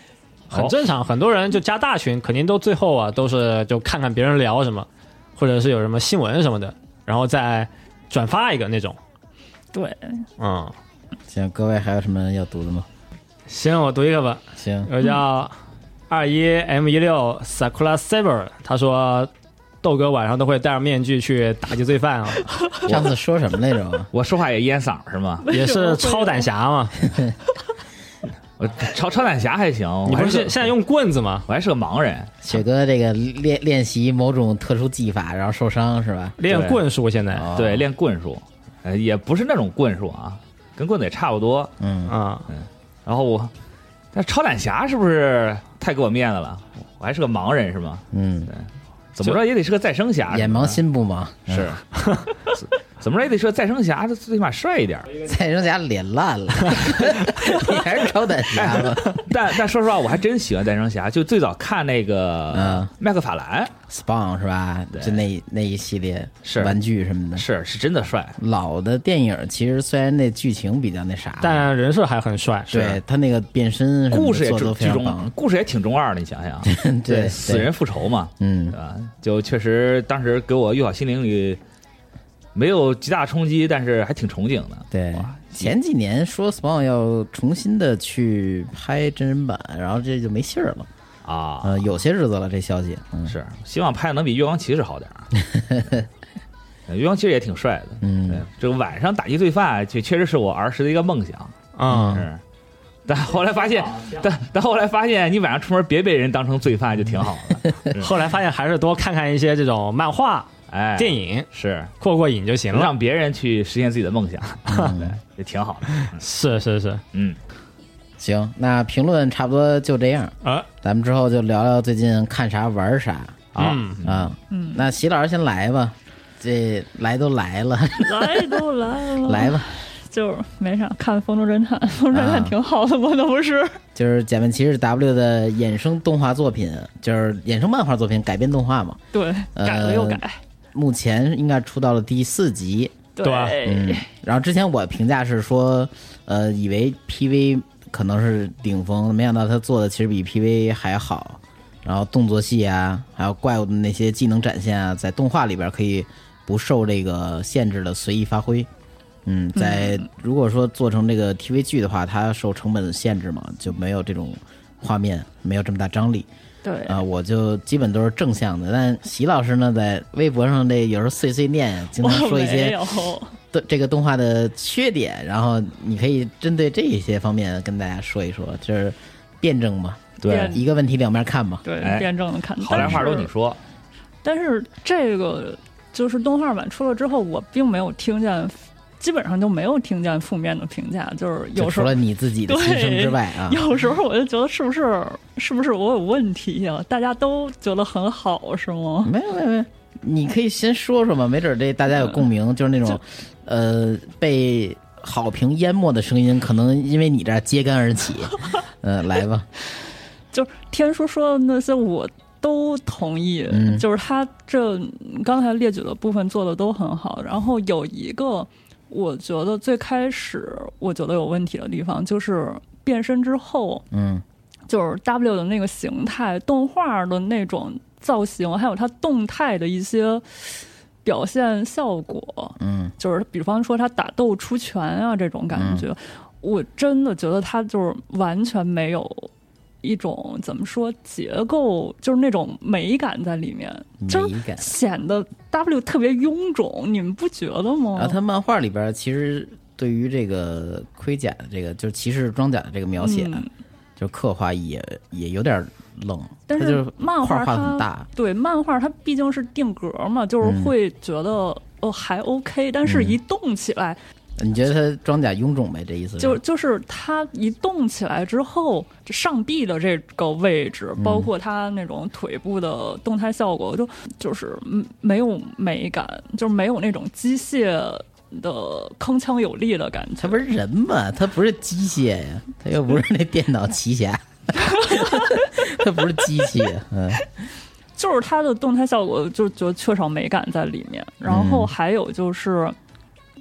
很正常。很多人就加大群，肯定都最后啊都是就看看别人聊什么，或者是有什么新闻什么的，然后再转发一个那种。 对， 嗯， 行，各位还有什么要读的吗？ 行，我读一个吧。 行， 有叫二一 M 一六 Sakura Saber， 他说豆哥晚上都会戴着面具去打击罪犯啊。 上次说什么来着？ 我说话也烟嗓是吗？ 也是超胆侠嘛。 我超超胆侠还行， 你不是现在用棍子吗？ 我还是个盲人。 雪哥这个练练习某种特殊技法，然后受伤是吧？ 练棍术现在， 哦对，练棍术，呃，也不是那种棍术啊，跟棍子也差不多。 嗯啊， 嗯，然后我，那超胆侠是不是太给我面子了？我还是个盲人是吗？ 嗯， 对，怎么着也得是个再生侠， 眼盲心不盲是。怎么着也得是个再生侠，最起码帅一点。 再生侠脸烂了，你还是超胆侠吧？ 但但说实话，我还真喜欢再生侠。就最早看那个嗯麦克法兰 Spawn 是吧？就那那一系列是玩具什么的， 是是真的帅。 老的电影其实虽然那剧情比较那啥， 但人设还很帅。 对他那个变身什么的故事也做得都非常中棒， 故事也挺中二的。你想想， 对对死人复仇嘛， 嗯对吧？就确实当时给我幼小心灵里没有极大冲击，但是还挺憧憬的。 对，前几年说 Spawn 要重新的去拍真人版，然后这就没信儿了啊。 呃，有些日子了这消息，嗯、 是希望拍的能比月光骑士好点儿。月光骑士也挺帅的， 嗯， 对，这个晚上打击罪犯，确确实是我儿时的一个梦想啊。 是，但后来发现，但但后来发现，你晚上出门别被人当成罪犯就挺好的。 后来发现还是多看看一些这种漫画。 哎， 电影是过过瘾就行了， 让别人去实现自己的梦想，嗯、对，也挺好的。 是是是， 嗯， 行，那评论差不多就这样啊， 咱们之后就聊聊最近看啥玩啥啊、 嗯、啊，嗯，那席老师先来吧，这来都来了， 来都来了， 来吧。 就是没啥，看《风中侦探》，《风中侦探》挺好的吗？那不是？ 就是《假面骑士 W》的衍生动画作品，就是衍生漫画作品改编动画嘛？ 对，改了又改。 呃、目前应该出到了第四集， 对吧？ 嗯。然后之前我评价是说，呃，以为 P V 可能是顶峰，没想到他做的其实比 P V 还好。然后动作戏啊，还有怪物的那些技能展现啊，在动画里边可以不受这个限制的随意发挥。嗯，在如果说做成这个 T V 剧的话，它受成本限制嘛，就没有这种画面，没有这么大张力。 对啊、呃，我就基本都是正向的。但席老师呢，在微博上这有时候碎碎念，经常说一些的这个动画的缺点，然后你可以针对这一些方面跟大家说一说，就是辩证嘛， 对， 一个问题两面看嘛， 对，辩证的看。 好赖话都你说。 但是这个就是动画版出了之后，我并没有听见。基本上就没有听见负面的评价，就是有时候除了你自己的心声之外啊， 有时候我就觉得是不是是不是我有问题呀、啊？大家都觉得很好是吗？ 没有没有没有，你可以先说说嘛，没准这大家有共鸣，嗯、就是那种呃被好评淹没的声音，可能因为你这儿揭竿而起。呃，来吧， 就是天叔说的那些我都同意， 嗯、 就是他这刚才列举的部分做的都很好，然后有一个。我觉得最开始我觉得有问题的地方就是变身之后， 嗯， 就是 W 的那个形态、动画的那种造型，还有它动态的一些表现效果， 嗯， 就是比方说他打斗出拳啊这种感觉，嗯、我真的觉得他就是完全没有一种怎么说结构，就是那种美感在里面，就是显得 W 特别臃肿，你们不觉得吗？ 啊，他漫画里边其实对于这个盔甲的这个就是骑士装甲的这个描写，嗯、就刻画也也有点愣。 但是漫画它很大， 对漫画它毕竟是定格嘛，就是会觉得、嗯、哦还 OK， 但是一动起来。嗯你觉得他装甲臃肿呗？这意思就就是他一动起来之后，上臂的这个位置，包括他那种腿部的动态效果，就就是没有美感，就是没有那种机械的铿锵有力的感觉。 他不是人嘛，他不是机械呀，他又不是那电脑奇侠，他不是机器，嗯。 就是他的动态效果就就缺少美感在里面，然后还有就是。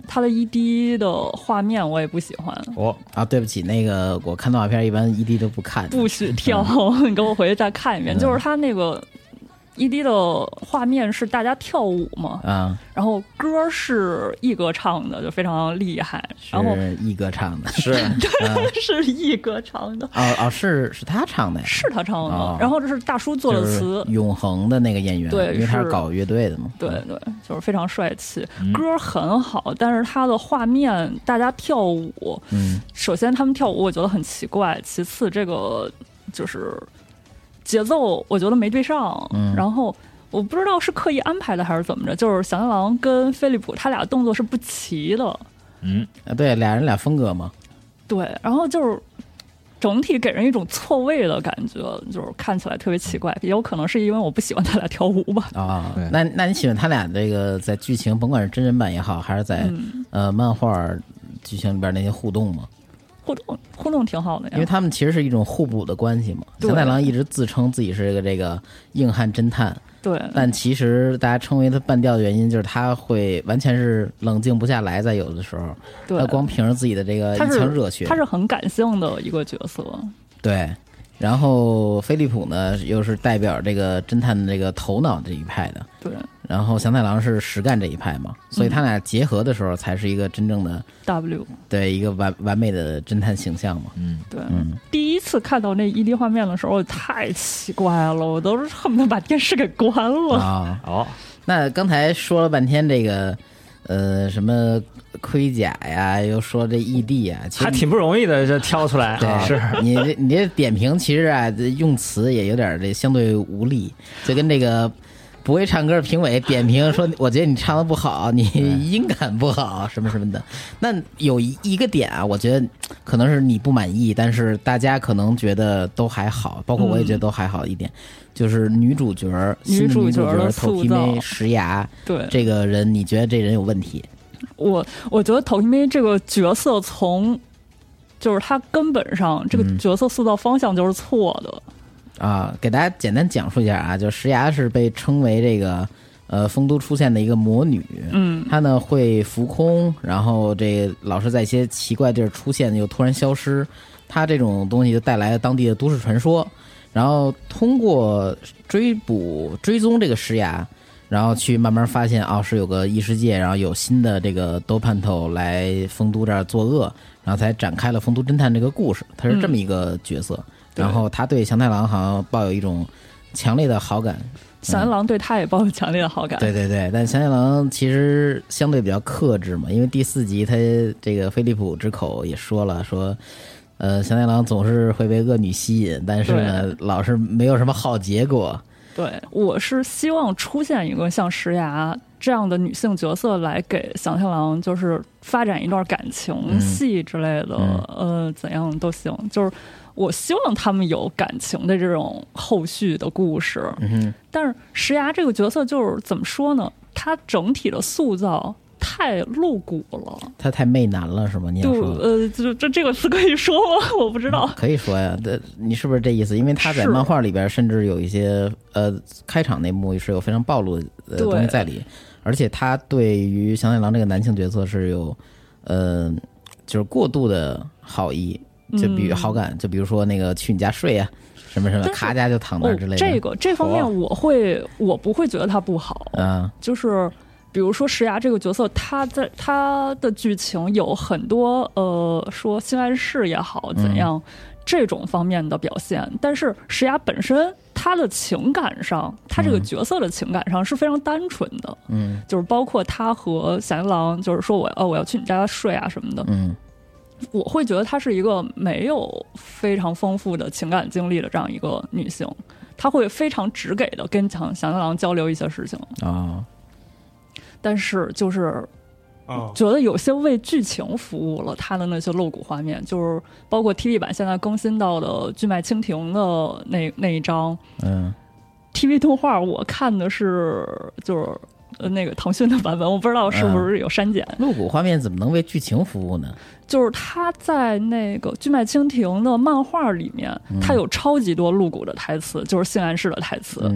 他的 E D 的画面我也不喜欢。 哦啊，对不起，那个我看动画片一般 E D 都不看， 不许跳， 嗯、 你给我回去再看一遍。嗯、就是他那个 E D 的画面是大家跳舞嘛， 啊， 然后歌是毅哥唱的，就非常厉害。然后是毅哥唱的， 是对，嗯、是毅哥唱的。 哦哦，是是他唱的呀， 是他唱的。 哦、 然后这是大叔做的词， 就是、永恒的那个演员， 对， 因为他是搞乐队的嘛。 对对，就是非常帅气， 嗯、 歌很好，但是他的画面，大家跳舞， 嗯， 首先他们跳舞我觉得很奇怪，其次这个就是节奏我觉得没对上， 嗯、 然后。我不知道是刻意安排的还是怎么着，就是小太郎跟飞利浦他俩动作是不齐的。 嗯， 啊，对，俩人俩风格嘛。 对，然后就是整体给人一种错位的感觉，就是看起来特别奇怪。也有可能是因为我不喜欢他俩跳舞吧。 啊、哦，那那你喜欢他俩这个在剧情，甭管是真人版也好，还是在、嗯、呃漫画剧情里边那些互动嘛？ 互动互动挺好的呀， 因为他们其实是一种互补的关系嘛。小太郎一直自称自己是个这个硬汉侦探。 对， 但其实大家称为他半吊的原因，就是他会完全是冷静不下来，在有的时候， 对， 他光凭着自己的这个一腔热血， 他是很感性的一个角色。 对，然后飞利浦呢，又是代表这个侦探的这个头脑这一派的， 对。 然后祥太郎是实干这一派嘛，所以他俩结合的时候，才是一个真正的 W， 对，一个完完美的侦探形象嘛。 嗯， 对。 嗯， 第一次看到那 E D 画面的时候，太奇怪了，我都是恨不得把电视给关了。 啊， 哦， 那刚才说了半天这个，呃，什么盔甲呀，又说这 E D 啊，其实还挺不容易的，这挑出来。 对， 是你这你这点评其实啊，用词也有点这相对无力，就跟这个。不会唱歌评委点评说，我觉得你唱的不好，你音感不好，什么什么的。那有一个点啊，我觉得可能是你不满意，但是大家可能觉得都还好，包括我也觉得都还好一点，嗯、就是女主角，新的女主角头皮妹石牙， 对这个人，你觉得这人有问题？ 我我觉得头皮妹这个角色从就是他根本上这个角色塑造方向就是错的。 嗯啊，给大家简单讲述一下啊，就石牙是被称为这个呃丰都出现的一个魔女， 嗯， 她呢会浮空，然后这老是在一些奇怪地儿出现又突然消失，她这种东西就带来了当地的都市传说，然后通过追捕追踪这个石牙，然后去慢慢发现啊、哦、是有个异世界，然后有新的这个多叛头来丰都这儿作恶，然后才展开了丰都侦探这个故事，他是这么一个角色。嗯，然后他对祥太郎好像抱有一种强烈的好感， 祥太郎对他也抱有强烈的好感。 嗯、对对对，但祥太郎其实相对比较克制嘛，因为第四集他这个飞利浦之口也说了，说呃祥太郎总是会被恶女吸引，但是呢老是没有什么好结果。 对，我是希望出现一个像石牙这样的女性角色来给祥太郎就是发展一段感情戏之类的， 嗯嗯、呃，怎样都行，就是我希望他们有感情的这种后续的故事。 嗯哼， 但是石牙这个角色就是怎么说呢？他整体的塑造太露骨了， 他太媚男了是吗？你想说呃，这这这个词可以说吗？我不知道。 可以说呀，这你是不是这意思？因为他在漫画里边甚至有一些呃开场那幕是有非常暴露的、呃、东西在里，而且他对于祥太郎这个男性角色是有呃就是过度的好意，就比如好感，嗯、就比如说那个去你家睡啊。什么什么，咔家就躺那之类的。 哦、这个这方面我会，我不会觉得他不好。 嗯， 就是比如说石牙这个角色，他在他的剧情有很多呃，说性暗示也好，怎样、嗯、这种方面的表现。但是石牙本身，他的情感上，他这个角色的情感上是非常单纯的。 嗯， 就是包括他和祥太郎，就是说我哦我要去你家睡啊什么的。 嗯。 我会觉得她是一个没有非常丰富的情感经历的这样一个女性，她会非常直给的跟祥祥太郎交流一些事情啊、哦， 但是就是觉得有些为剧情服务了，她的那些露骨画面，就是包括 T V 版现在更新到的巨脉蜻蜓的那那一章， 嗯 ，T V 动画我看的是就是。呃，那个腾讯的版本，我不知道是不是有删减。 露骨画面怎么能为剧情服务呢？ 就是他在那个《巨脉蜻蜓》的漫画里面，他、嗯、有超级多露骨的台词，就是性暗示的台词。 嗯，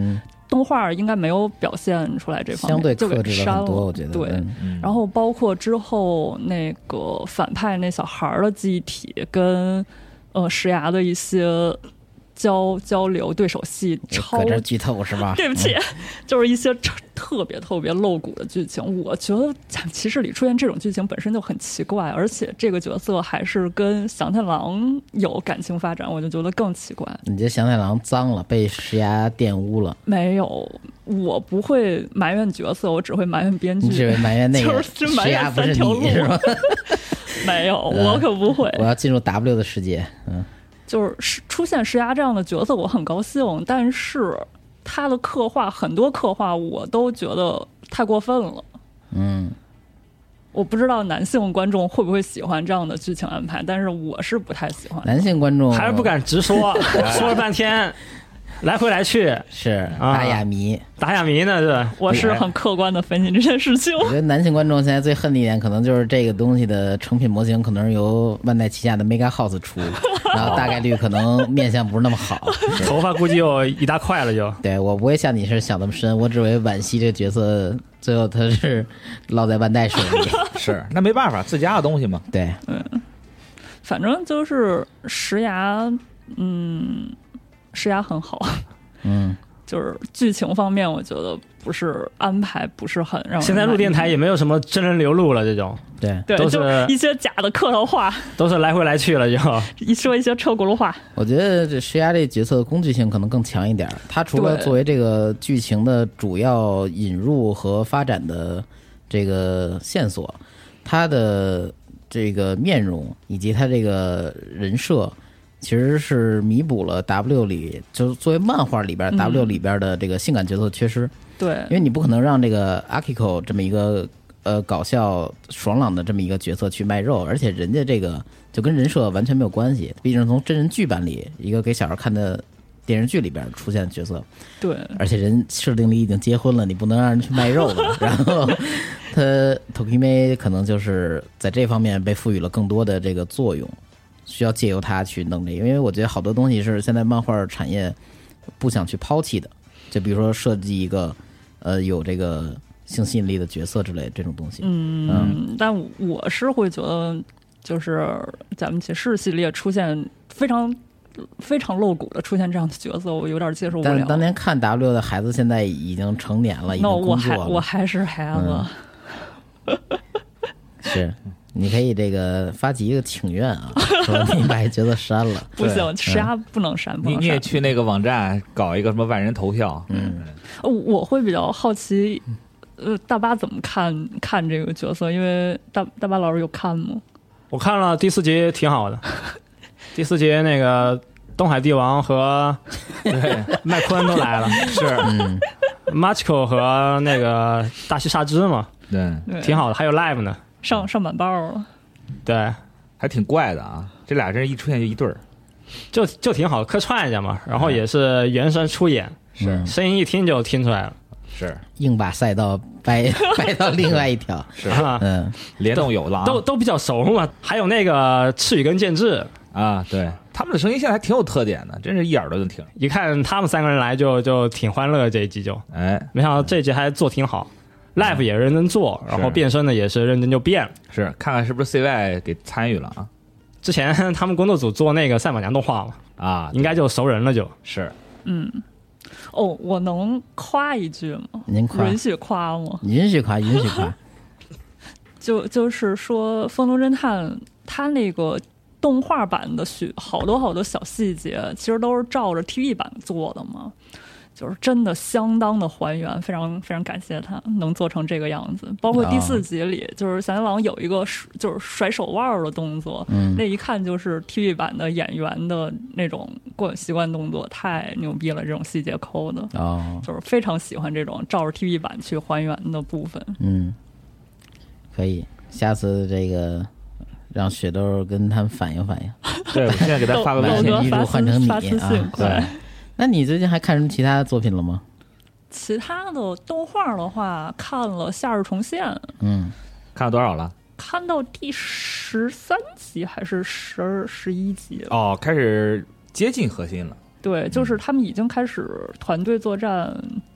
动画应该没有表现出来这方面， 相对就给克制了很多，我觉得对。 嗯、 然后包括之后那个反派那小孩的记忆体跟呃石牙的一些交交流对手戏超， 搁这剧透是吧？ 对不起，嗯、就是一些特别特别露骨的剧情。我觉得讲骑士里出现这种剧情本身就很奇怪，而且这个角色还是跟祥太郎有感情发展，我就觉得更奇怪。 你觉得祥太郎脏了，被石牙玷污了？ 没有，我不会埋怨角色，我只会埋怨编剧。 你只会埋怨那个就是埋怨三条路是吧？ 没有，我可不会。 我要进入 W 的世界，嗯。 就是出现石牙这样的角色，我很高兴，但是他的刻画很多刻画我都觉得太过分了。 嗯， 我不知道男性观众会不会喜欢这样的剧情安排，但是我是不太喜欢。 男性观众还是不敢直说，说了半天。来回来去是打哑谜， 啊、打哑谜呢？是， 我是很客观的分析这件事情。 我觉得男性观众现在最恨的一点，可能就是这个东西的成品模型可能是由万代旗下的 Mega House 出，然后大概率可能面相不是那么好， 头发估计有一大块了就。 对，我不会像你是想那么深，我只会惋惜这个角色最后他是落在万代手里。 是，那没办法，自家的东西嘛。 对， 嗯，反正就是石牙，嗯。石牙很好， 嗯， 就是剧情方面，我觉得不是安排不是很让人。 现在录电台也没有什么真人流露了，这种对对， 都是一些假的客套话， 都是来回来去了就一说一些车轱辘话。 我觉得这石牙这角色的工具性可能更强一点，他除了作为这个剧情的主要引入和发展的这个线索，他的这个面容以及他这个人设。其实是弥补了 W 里，就是作为漫画里边 W 里边的这个性感角色的缺失。 对、嗯， 因为你不可能让这个 Akiko 这么一个呃搞笑爽朗的这么一个角色去卖肉，而且人家这个就跟人设完全没有关系，毕竟从真人剧版里一个给小孩看的电视剧里边出现的角色。 对， 而且人设定里已经结婚了，你不能让人去卖肉了。然后他 Tokime 可能就是在这方面被赋予了更多的这个作用。需要借由它去弄这个，因为我觉得好多东西是现在漫画产业不想去抛弃的，就比如说设计一个呃有这个性吸引力的角色之类的这种东西。 嗯，嗯但我是会觉得，就是咱们骑士系列出现非常非常露骨的出现这样的角色，我有点接受不了。 但当年看 W 的孩子现在已经成年了，已经工作了。 那我还我还是孩子。 嗯、是。你可以这个发起一个请愿啊，说你把角色删了。 不行，石牙不能删，不能删。 你你也去那个网站搞一个什么万人投票。 嗯， 我会比较好奇，呃，大巴怎么看看这个角色？因为大大巴老师有看吗？ 我看了第四集，挺好的。第四集那个东海帝王和对麦昆都来了，是嗯 Machiko 和那个大西沙织嘛， 对， 挺好的。还有 Live 呢。 上上板报了， 对， 还挺怪的啊！这俩人一出现就一对儿， 就就挺好，客串一下嘛。然后也是原声出演， 是声音一听就听出来了， 是硬把赛道掰掰到另外一条， 是嗯， 联动有了、啊， 都都比较熟嘛。还有那个赤羽跟健治啊，对，他们的声音现在还挺有特点的，真是一耳朵就听。 一看他们三个人来就就挺欢乐，这一集就， 哎， 没想到这一集还做挺好。Live 也认真做，然后变身的也是认真就变了。 是，看看是不是 C Y 给参与了啊？ 之前他们工作组做那个赛马娘动画嘛， 啊， 应该就熟人了就。 是， 嗯，哦，我能夸一句吗？ 您夸， 允许夸吗？ 允许夸，允许夸。 就就是说，《风龙侦探》它那个动画版的许好多好多小细节，其实都是照着 T V 版做的嘛。就是真的相当的还原，非常非常感谢他能做成这个样子。包括第四集里，就是祥太郎有一个就是甩手腕的动作， 嗯， 那一看就是 T V 版的演员的那种惯习惯动作，太牛逼了！这种细节抠的， 哦， 就是非常喜欢这种照着 T V 版去还原的部分。 嗯，可以，下次这个让雪豆跟他们反映反映。 对，我现在给他发个微信， 女主换成你啊， 对。 那你最近还看什么其他的作品了吗？ 其他的动画的话，看了《夏日重现》， 嗯， 看了多少了？ 看到第十三集还是十十一集了？ 哦，开始接近核心了。 对，就是他们已经开始团队作战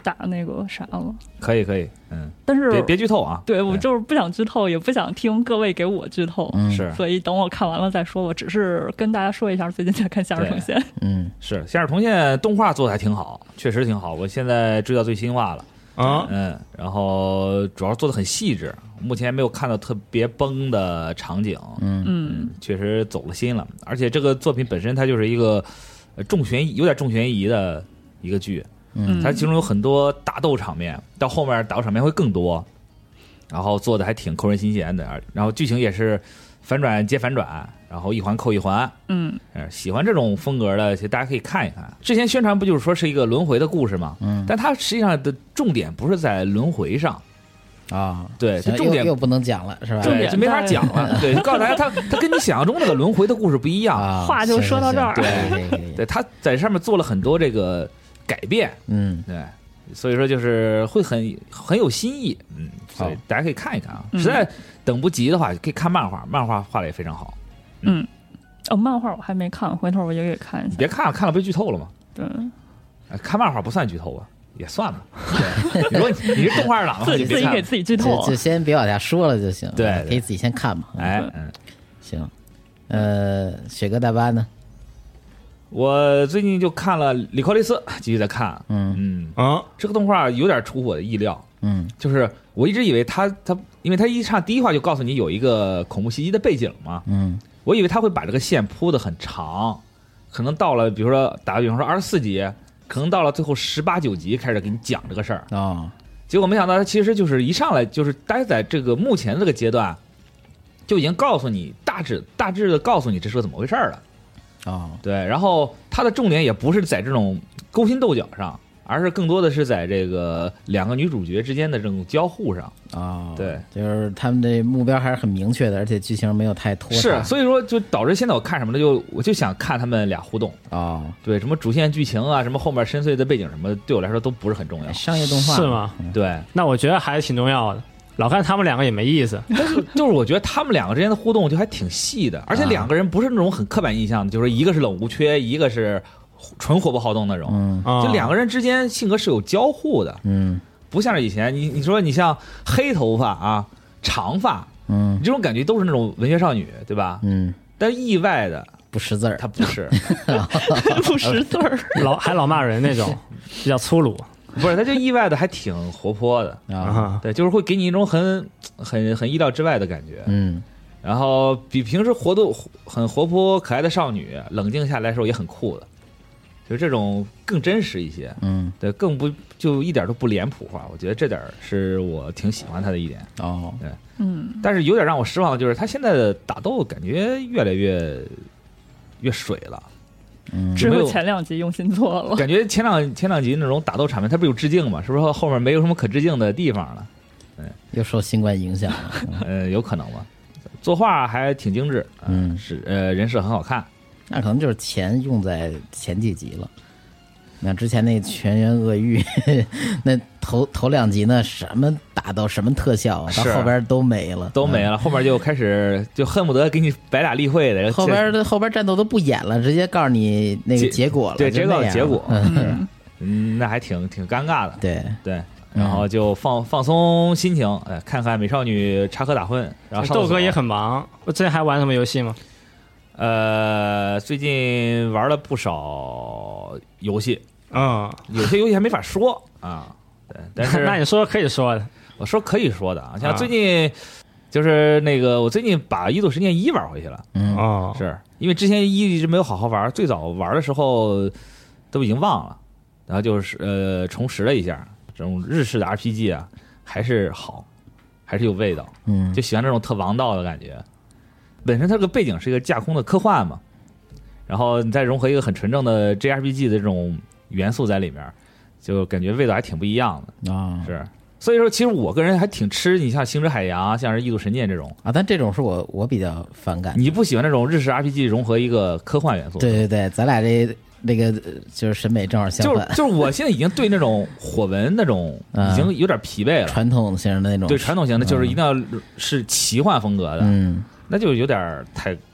打那个啥了。 可以可以，嗯， 但是别别剧透啊。 对，我就是不想剧透，也不想听各位给我剧透， 嗯是， 所以等我看完了再说。我只是跟大家说一下，最近在看《夏日重现》。 嗯， 是《夏日重现》动画做的还挺好，确实挺好。我现在追到最新话了。 啊， 嗯，然后主要做的很细致，目前没有看到特别崩的场景， 嗯嗯， 确实走了心了。而且这个作品本身它就是一个呃重悬疑，有点重悬疑的一个剧， 嗯它其中有很多打斗场面，到后面打斗场面会更多，然后做的还挺扣人心弦的，然后剧情也是反转接反转，然后一环扣一环， 嗯， 喜欢这种风格的，其实大家可以看一看。之前宣传不就是说是一个轮回的故事吗？嗯，但它实际上的重点不是在轮回上啊， 对，它重点又又不能讲了，是吧？ 对，就没法讲了。对，告诉大家，它它跟你想象中那个轮回的故事不一样。 啊， 话就说到这儿对，对，它在上面做了很多这个改变， 嗯， 对，所以说就是会很很有新意，嗯，所以大家可以看一看啊。 嗯实在等不及的话，可以看漫画，漫画画的也非常好。 嗯，哦，漫画我还没看，回头我也给看一下。 别看了，看了被剧透了嘛。 对， 看漫画不算剧透吧，也算吧。对，如果你是动画党的话， 自己就别看了。 自己给自己剧透就就先别往下说了就行， 对啊可以自己先看嘛。 哎，嗯， 行，呃，雪哥大巴呢？ 我最近就看了《里克利斯》，继续在看。 嗯嗯， 啊， 这个动画有点出乎我的意料。 嗯就是我一直以为他他，因为他一上第一话就告诉你有一个恐怖袭击的背景嘛， 嗯我以为他会把这个线铺得很长，可能到了比如说打个比方说二十四集，可能到了最后十八九集开始给你讲这个事儿。 哦， 结果没想到他其实就是一上来就是待在这个目前这个阶段，就已经告诉你大致大致的告诉你这是个怎么回事了。 哦， 对，然后它的重点也不是在这种勾心斗角上，而是更多的是在这个两个女主角之间的这种交互上。 哦， 对， 就是他们的目标还是很明确的，而且剧情没有太拖沓。 是，所以说就导致现在我看什么的就我就想看他们俩互动。 哦， 对，什么主线剧情啊，什么后面深邃的背景什么的，对我来说都不是很重要。 商业动画是吗？ 对， 那我觉得还是挺重要的。老看他们两个也没意思。 但是就是我觉得他们两个之间的互动就还挺细的，而且两个人不是那种很刻板印象的，就是一个是冷无缺，一个是纯活泼好动那种。 嗯啊就两个人之间性格是有交互的， 嗯不像是以前你你说你像黑头发啊、长发， 嗯你这种感觉都是那种文学少女，对吧？ 嗯， 但意外的不识字儿她不是， 不识字儿。 老还老骂人那种，比较粗鲁不是，她就意外的还挺活泼的。 啊， 啊。 对，就是会给你一种很很很意料之外的感觉。 嗯然后比平时活动很活泼可爱的少女，冷静下来的时候也很酷的，就是这种更真实一些。 嗯对，更不就一点都不脸谱化。我觉得这点是我挺喜欢她的一点。 哦， 嗯， 但是有点让我失望的就是她现在的打斗感觉越来越越水了。 嗯只没有有前两集用心做了。 感觉前两前两集那种打斗场面，它不是有致敬嘛？是不是后面没有什么可致敬的地方了？ 又受新冠影响了。 呃，有可能吧。作画还挺精致，呃嗯是呃人设很好看。 那可能就是钱用在前几集了。那之前那《全员恶欲》那头头两集呢，什么打斗，什么特效，到是后边都没了， 都没了，后面就开始就恨不得给你摆俩例会的。 嗯。后边的后边战斗都不演了，直接告诉你那个结结果了， 对就那样直接告诉结果嗯， 嗯，那还挺挺尴尬的。 对， 对，然后就放放松心情，哎，看看美少女插科打诨，然后上厕所豆哥也很忙，我之前还玩什么游戏吗？ 呃，最近玩了不少游戏， 嗯， 有些游戏还没法说啊。对，但是那你说可以说的。 我说可以说的啊，像啊最近就是那个，我最近把《异度神剑一》玩回去了， 嗯哦， 是因为之前一一直没有好好玩，最早玩的时候都已经忘了，然后就是呃重拾了一下，这种日式的 R P G 啊还是好，还是有味道， 嗯就喜欢这种特王道的感觉。本身它这个背景是一个架空的科幻嘛，然后你再融合一个很纯正的 J R P G 的这种元素在里面，就感觉味道还挺不一样的。 啊是，所以说其实我个人还挺吃你像《星之海洋》、像是《异度神剑》这种。 啊，但这种是我我比较反感。 你不喜欢那种日式 R P G 融合一个科幻元素？ 对对对，咱俩这那个呃就是审美正好相反， 就是就是我现在已经对那种火纹那种嗯已经有点疲惫了。 传统型的那种， 对传统型的，就是一定要是奇幻风格的， 嗯那就有点太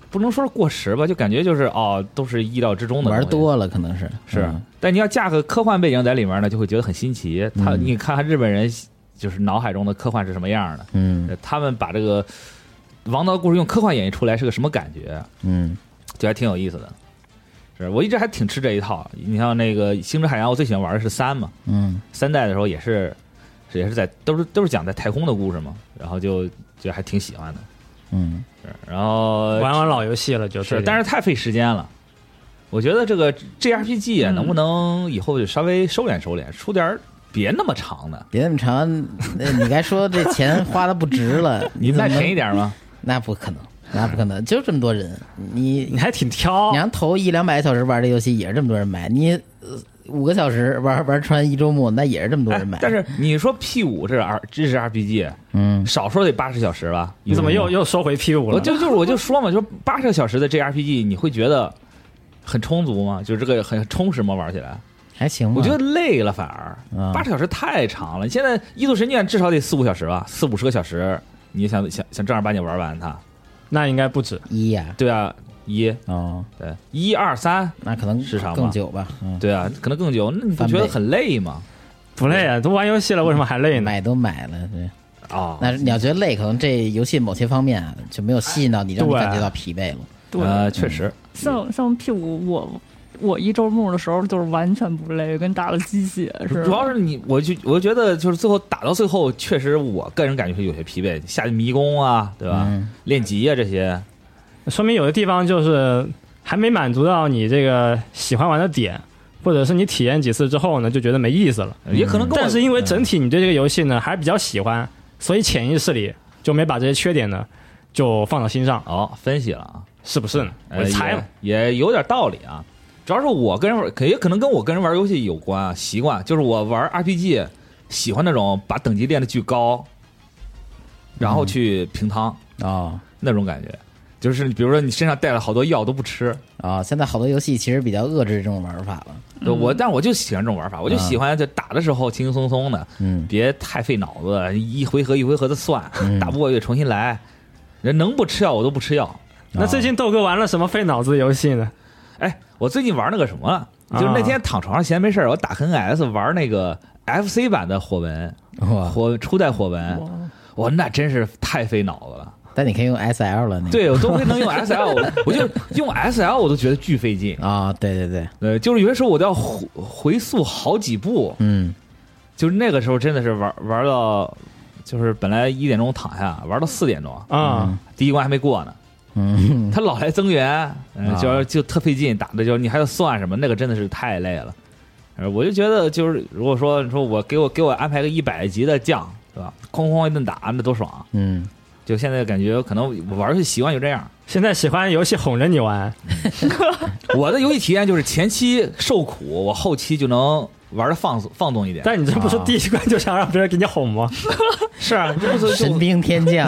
不能说是过时吧，就感觉就是哦，都是意料之中的。 玩多了可能是是， 嗯、 但你要架个科幻背景在里面呢，就会觉得很新奇。他、嗯、你看看日本人就是脑海中的科幻是什么样的， 嗯， 他们把这个王道故事用科幻演绎出来是个什么感觉？ 嗯， 就还挺有意思的。是我一直还挺吃这一套。你像那个《星之海洋》，我最喜欢玩的是三嘛， 嗯， 三代的时候也是也是在都是都是讲在太空的故事嘛，然后就就还挺喜欢的。 嗯， 是，然后玩玩老游戏了就是， 但是太费时间了。我觉得这个 J R P G 啊，能不能以后就稍微收敛收敛，出点别那么长的， 别那么长。你该说这钱花的不值了， 你再便宜点吗？ 那不可能，那不可能，就这么多人，你你还挺挑。 你让投一两百小时玩这游戏，也是这么多人买。你、呃、五个小时玩玩穿一周末，那也是这么多人买。 哎、但是你说 P 五这是 R 这是 R P G， 嗯， 少说得八十小时吧？ 你怎么又、嗯、又说回 P 五了？ 我就就是我就说嘛，就八十个小时的 J R P G， 你会觉得很充足吗？就是这个很充实吗？玩起来还行吧， 我觉得累了，反而八十小时太长了。现在《异度神剑》至少得四五小时吧，四五十个小时，你想想想正儿八经玩完它， 那应该不止一呀、 啊？对啊，一哦， 对，一二三， 那可能时长更久吧？嗯， 对啊，可能更久。那你不觉得很累吗？ 不累啊，都玩游戏了，为什么还累呢？ 买都买了，对。 哦， 那你要觉得累，可能这游戏某些方面就没有吸引到你，让你感觉到疲惫了。 对， 呃，确实， 像像 P 五我。我一周目的时候就是完全不累，跟打了鸡血似的。 主要是你，我就我觉得就是最后打到最后，确实我个人感觉是有些疲惫，下迷宫啊，对吧？嗯、练级啊这些， 说明有的地方就是还没满足到你这个喜欢玩的点，或者是你体验几次之后呢，就觉得没意思了。 也可能跟我， 但是因为整体你对这个游戏呢还是比较喜欢，所以潜意识里就没把这些缺点呢就放到心上。 哦，分析了啊， 是不是呢？我猜了、 呃也，也有点道理啊。主要是我跟人玩，也可能跟我跟人玩游戏有关啊，习惯就是我玩 R P G 喜欢那种把等级练得巨高，然后去平汤啊、 嗯哦、 那种感觉，就是比如说你身上带了好多药都不吃啊、哦。现在好多游戏其实比较遏制这种玩法了。 对我，但我就喜欢这种玩法，我就喜欢就打的时候轻轻松松的， 嗯， 别太费脑子，一回合一回合的算， 嗯、 打不过也重新来。人能不吃药我都不吃药。 那最近豆哥玩了什么费脑子的游戏呢？ 哎，我最近玩那个什么了，就是那天躺床上闲没事我打开 N S 玩那个 F C 版的火纹，火初代火纹，哇，那真是太费脑子了。 但你可以用 S L 了，那个、 对，我都能用 S L， 我就用 S L 我都觉得巨费劲啊、哦！对对对， 呃，就是有些时候我都要回回溯好几步， 嗯， 就是那个时候真的是玩玩到，就是本来一点钟躺下，玩到四点钟啊、 嗯，第一关还没过呢。 嗯， 他老来增援，嗯，就就特费劲，打的就你还要算什么，那个真的是太累了。呃，我就觉得就是如果说你说我给我给我安排个一百级的将，对吧？哐哐一顿打，那多爽。 嗯， 就现在感觉可能我玩游戏习惯就这样。 现在喜欢游戏哄着你玩， 我的游戏体验就是前期受苦，我后期就能玩的放放纵一点。 但你这不是第一关就想让别人给你哄吗？ 是啊，这不是神兵天将。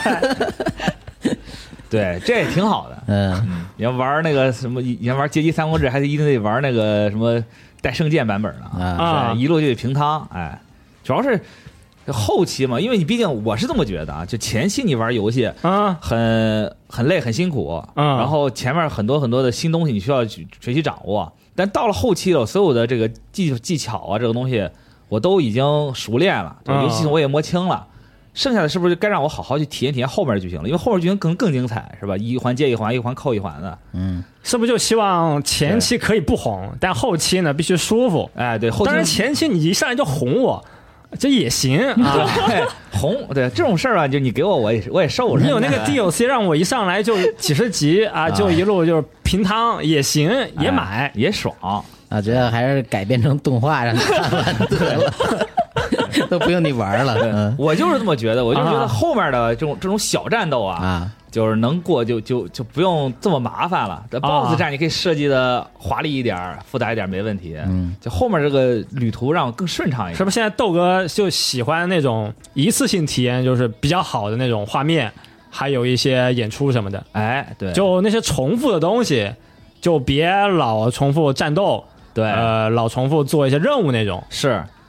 对，这也挺好的。 嗯， 你要玩那个什么，你要玩街机三国志，还是一定得玩那个什么带圣剑版本的啊， 一路就得平汤。哎，主要是后期嘛，因为你毕竟我是这么觉得啊，就前期你玩游戏啊， 很很累很辛苦， 嗯， 然后前面很多很多的新东西你需要去学习掌握，但到了后期了，所有的这个技技巧啊，这个东西我都已经熟练了，游戏我也摸清了。剩下的是不是就该让我好好去体验体验后面的剧情了？因为后面剧情可能更精彩，是吧？一环接一环，一环扣一环的。 嗯， 是不是就希望前期可以不哄，但后期呢必须舒服？ 哎，对，后期当然前期你一上来就哄我，这也行啊。 对，哄，对这种事儿吧，就你给我，我也我也受着。 你有那个 D L C 让我一上来就几十集啊，就一路就是平汤也行，也买、 哎、也爽。 啊，觉得还是改编成动画让你看完得了。都不用你玩了，嗯， 我就是这么觉得，我就觉得后面的这种这种小战斗啊， 啊， 就是能过就就就不用这么麻烦了。这 B O S S 战你可以设计的华丽一点、复杂一点没问题。 嗯， 就后面这个旅途让我更顺畅一点。 是不是现在豆哥就喜欢那种一次性体验，就是比较好的那种画面，还有一些演出什么的？ 哎，对， 就那些重复的东西，就别老重复战斗。 对， 呃，老重复做一些任务那种。 是。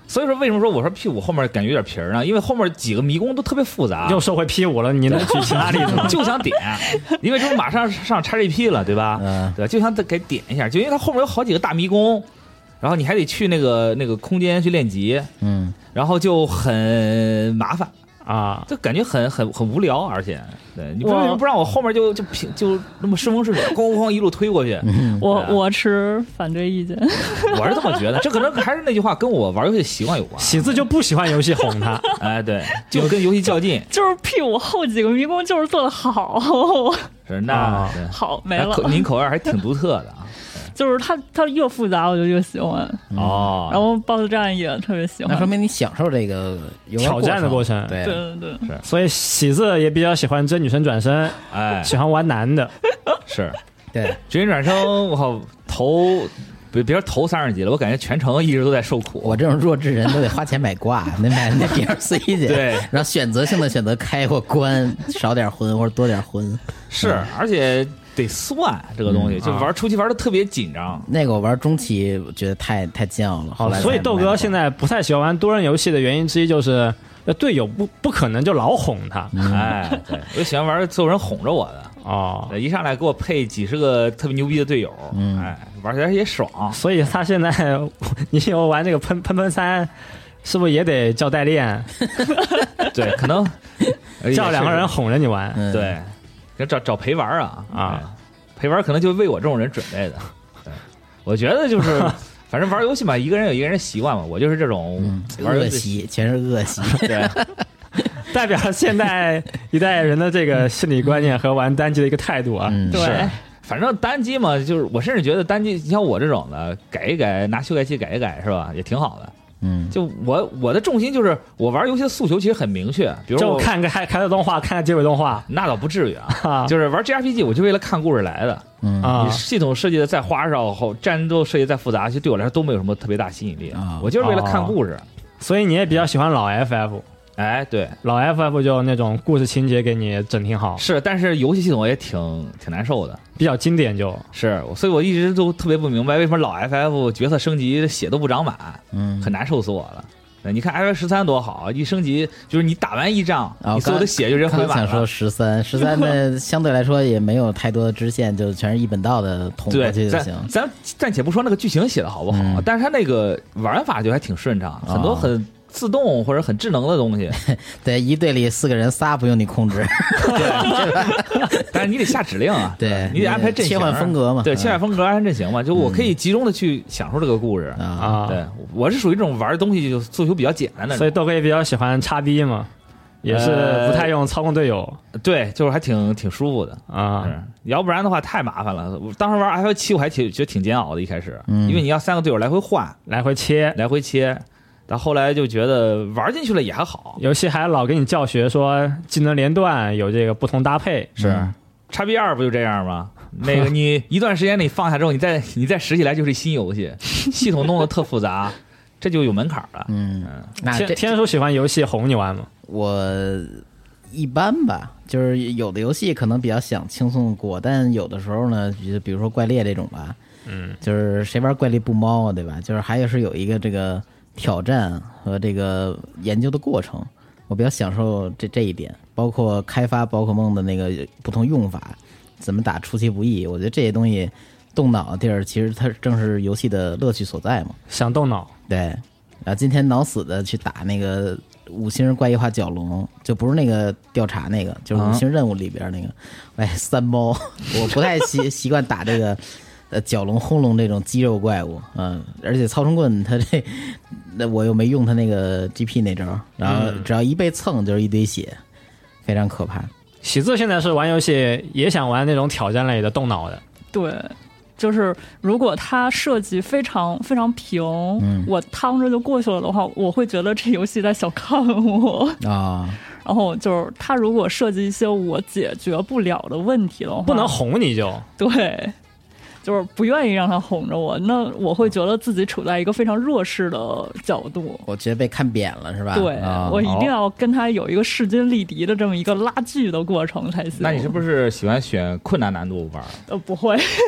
所以说为什么说我说 P 五后面感觉有点皮儿呢？因为后面几个迷宫都特别复杂。 又说回 P 五了，你能举其他例子吗？ 就想点，因为这不马上上 X G P 了，对吧？ 嗯， 对，就想给点一下，就因为它后面有好几个大迷宫，然后你还得去那个那个空间去练级， 嗯， 然后就很麻烦。 啊， 就感觉很很很无聊，而且对你不为什么不让我后面就就平就那么顺风顺水，咣咣咣一路推过去？ 我我持反对意见， 我是这么觉得，这可能还是那句话，跟我玩游戏的习惯有关。 喜字就不喜欢游戏哄他， 哎，对，就跟游戏较劲。 就是 P 五后几个迷宫就是做的好， 是那、 啊、 好没了。 您口味还挺独特的啊。 就是它它越复杂我就越喜欢哦， 然后 boss 战也特别喜欢， 那说明你享受这个挑战的过程。 对对对对， 是。 所以喜字也比较喜欢真女神转生， 哎， 喜欢玩男的， 是， 对， 真女转生，我靠，头别别说头三十级了，我感觉全程一直都在受苦。 我这种弱智人都得花钱买挂，得买那 D L C 去， 对， 然后选择性的选择开或关，少点魂或者多点魂。 是， 嗯、 而且。得算这个东西， 嗯、 就玩初期玩的特别紧张。 那个我玩中期觉得太太煎熬了，后来所以豆哥现在不太喜欢玩多人游戏的原因之一就是，队友不不可能就老哄他。 嗯、 哎，对，我喜欢玩所有人哄着我的哦， 一上来给我配几十个特别牛逼的队友， 嗯， 哎，玩起来也爽。 所以他现在你以后玩这个喷喷喷三，是不是也得叫代练？ 对，可能叫两个人哄着你玩， 嗯、 对。要找找陪玩啊啊， 陪玩可能就为我这种人准备的。对，我觉得就是，反正玩游戏嘛，一个人有一个人习惯嘛。我就是这种玩恶习，全是恶习。 对， 代表现在一代人的这个心理观念和玩单机的一个态度啊。 嗯、 对， 反正单机嘛，就是我甚至觉得单机，你像我这种的，改一改，拿修改器改一改，是吧，也挺好的。 嗯， 就我我的重心就是我玩游戏的诉求其实很明确，比如就看个开开头动画，看个结尾动画， 那倒不至于啊，就是玩 J R P G 我就为了看故事来的。 嗯啊， 你系统设计的再花哨后，战斗设计再复杂，其实对我来说都没有什么特别大吸引力啊。 我就是为了看故事， 哦、所以你也比较喜欢老 F F。 哎，对， 老 F F 就那种故事情节给你整挺好， 是，但是游戏系统也挺挺难受的， 比较经典就， 是，所以我一直都特别不明白为什么老 F F 角色升级血都不长满， 嗯， 很难受死我了。你看 F F 十三多好，一升级就是你打完一仗， 哦、 你所有的血就人回满了。 想说十三，十三呢相对来说也没有太多的支线，就全是一本道的捅过去就行。 咱咱暂且不说那个剧情写的好不好， 嗯、 但是它那个玩法就还挺顺畅，很多很自动或者很智能的东西。 对，一队里四个人，仨不用你控制。 对，但是你得下指令啊， 对， 你得安排阵型， 切换风格嘛。 对，切换风格，安排阵型嘛，就我可以集中的去享受这个故事啊。 对，我是属于这种玩东西就诉求比较简单的， 所以豆哥也比较喜欢叉 B 嘛，也是不太用操控队友。 呃、对，就是还挺挺舒服的啊。 要不然的话太麻烦了。我当时玩 F 七我还挺觉得挺煎熬的，一开始， 嗯、 因为你要三个队友来回换， 来回切， 来回切。到后来就觉得玩进去了也还好， 游戏还老给你教学说技能连段有这个不同搭配， 是叉 B 二不就这样吗？那个你一段时间你放下之后，你再你再拾起来就是新游戏，系统弄得特复杂，这就有门槛了。 嗯，那天天叔喜欢游戏哄你玩吗？ 我一般吧，就是有的游戏可能比较想轻松过，但有的时候呢，比比如说怪猎这种吧， 嗯， 就是谁玩怪猎不猫啊，对吧？就是还有是有一个这个挑战和这个研究的过程，我比较享受这这一点，包括开发宝可梦的那个不同用法，怎么打出其不意，我觉得这些东西动脑的地儿，其实它正是游戏的乐趣所在嘛。 想动脑， 对。然后今天脑死的去打那个五星怪异化角龙，就不是那个调查那个，就是五星任务里边那个，哎，三猫，我不太习习惯打这个。呃，角龙、轰龙这种肌肉怪物，嗯，而且操虫棍它这，那我又没用它那个 G P 那招，然后只要一被蹭就是一堆血，非常可怕。 喜字现在是玩游戏也想玩那种挑战类的动脑的， 对，就是如果它设计非常非常平， 嗯、 我趟着就过去了的话，我会觉得这游戏在小看我啊。 然后就是它如果设计一些我解决不了的问题的话， 不能哄你就对。就是不愿意让他哄着我，那我会觉得自己处在一个非常弱势的角度， 我觉得被看扁了是吧？ 对、 哦、 我一定要跟他有一个势均力敌的这么一个拉锯的过程才行。 那你是不是喜欢选困难难度玩？ 呃，不会，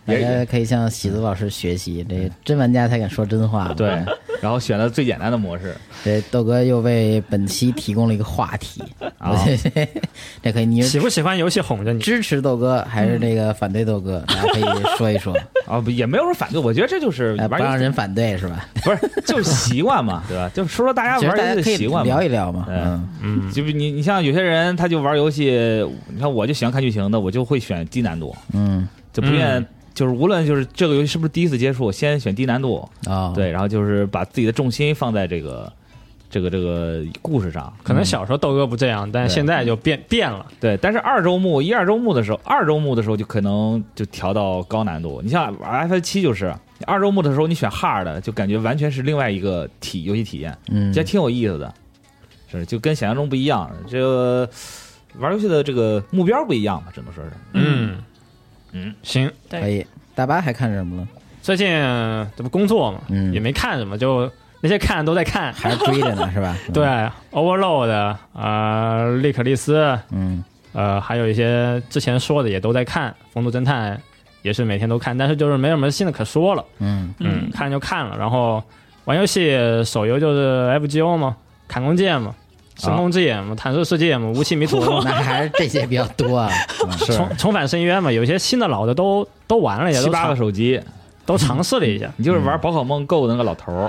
大家可以向喜子老师学习，这真玩家才敢说真话。 对，然后选了最简单的模式。 这豆哥又为本期提供了一个话题， 啊、 这可以你喜不喜欢游戏哄着你？ 支持豆哥还是这个反对豆哥？大家可以说一说。 啊，不也没有说反对，我觉得这就是不让人反对是吧？ 不是，就是习惯嘛，对吧？就说说大家玩游戏的习惯嘛， 聊一聊嘛。 嗯嗯，就是你你像有些人他就玩游戏，你看我就喜欢看剧情的，我就会选低难度， 嗯， 就不愿、嗯、就是无论就是这个游戏是不是第一次接触，先选低难度啊、哦， 对，然后就是把自己的重心放在这个。这个这个故事上， 可能小时候豆哥不这样，嗯、但现在就变变了。 对，但是二周目、一二周目的时候，二周目的时候就可能就调到高难度。你像 F F 七就是二周目的时候，你选 hard 就感觉完全是另外一个体游戏体验， 嗯， 其实挺有意思的，是就跟想象中不一样。这个玩游戏的这个目标不一样嘛，只能说是， 嗯嗯， 行， 可以。大巴还看什么了？ 最近这不工作嘛， 嗯， 也没看什么，就。那些看都在看， 还是追着呢，是吧？ 对 ，Overload， 呃，利可利斯， 嗯， 呃，还有一些之前说的也都在看，风度侦探也是每天都看，但是就是没什么新的可说了， 嗯嗯，看就看了，然后玩游戏手游就是 F G O 嘛，砍弓箭嘛，神宫之眼嘛，坦率世界嘛，无期迷途嘛， 那还是这些比较多啊， 是重重返深渊嘛，有些新的老的都都玩了，也都七八个手机。 都尝试了一下， 你就是玩宝可梦 Go 的那个老头儿，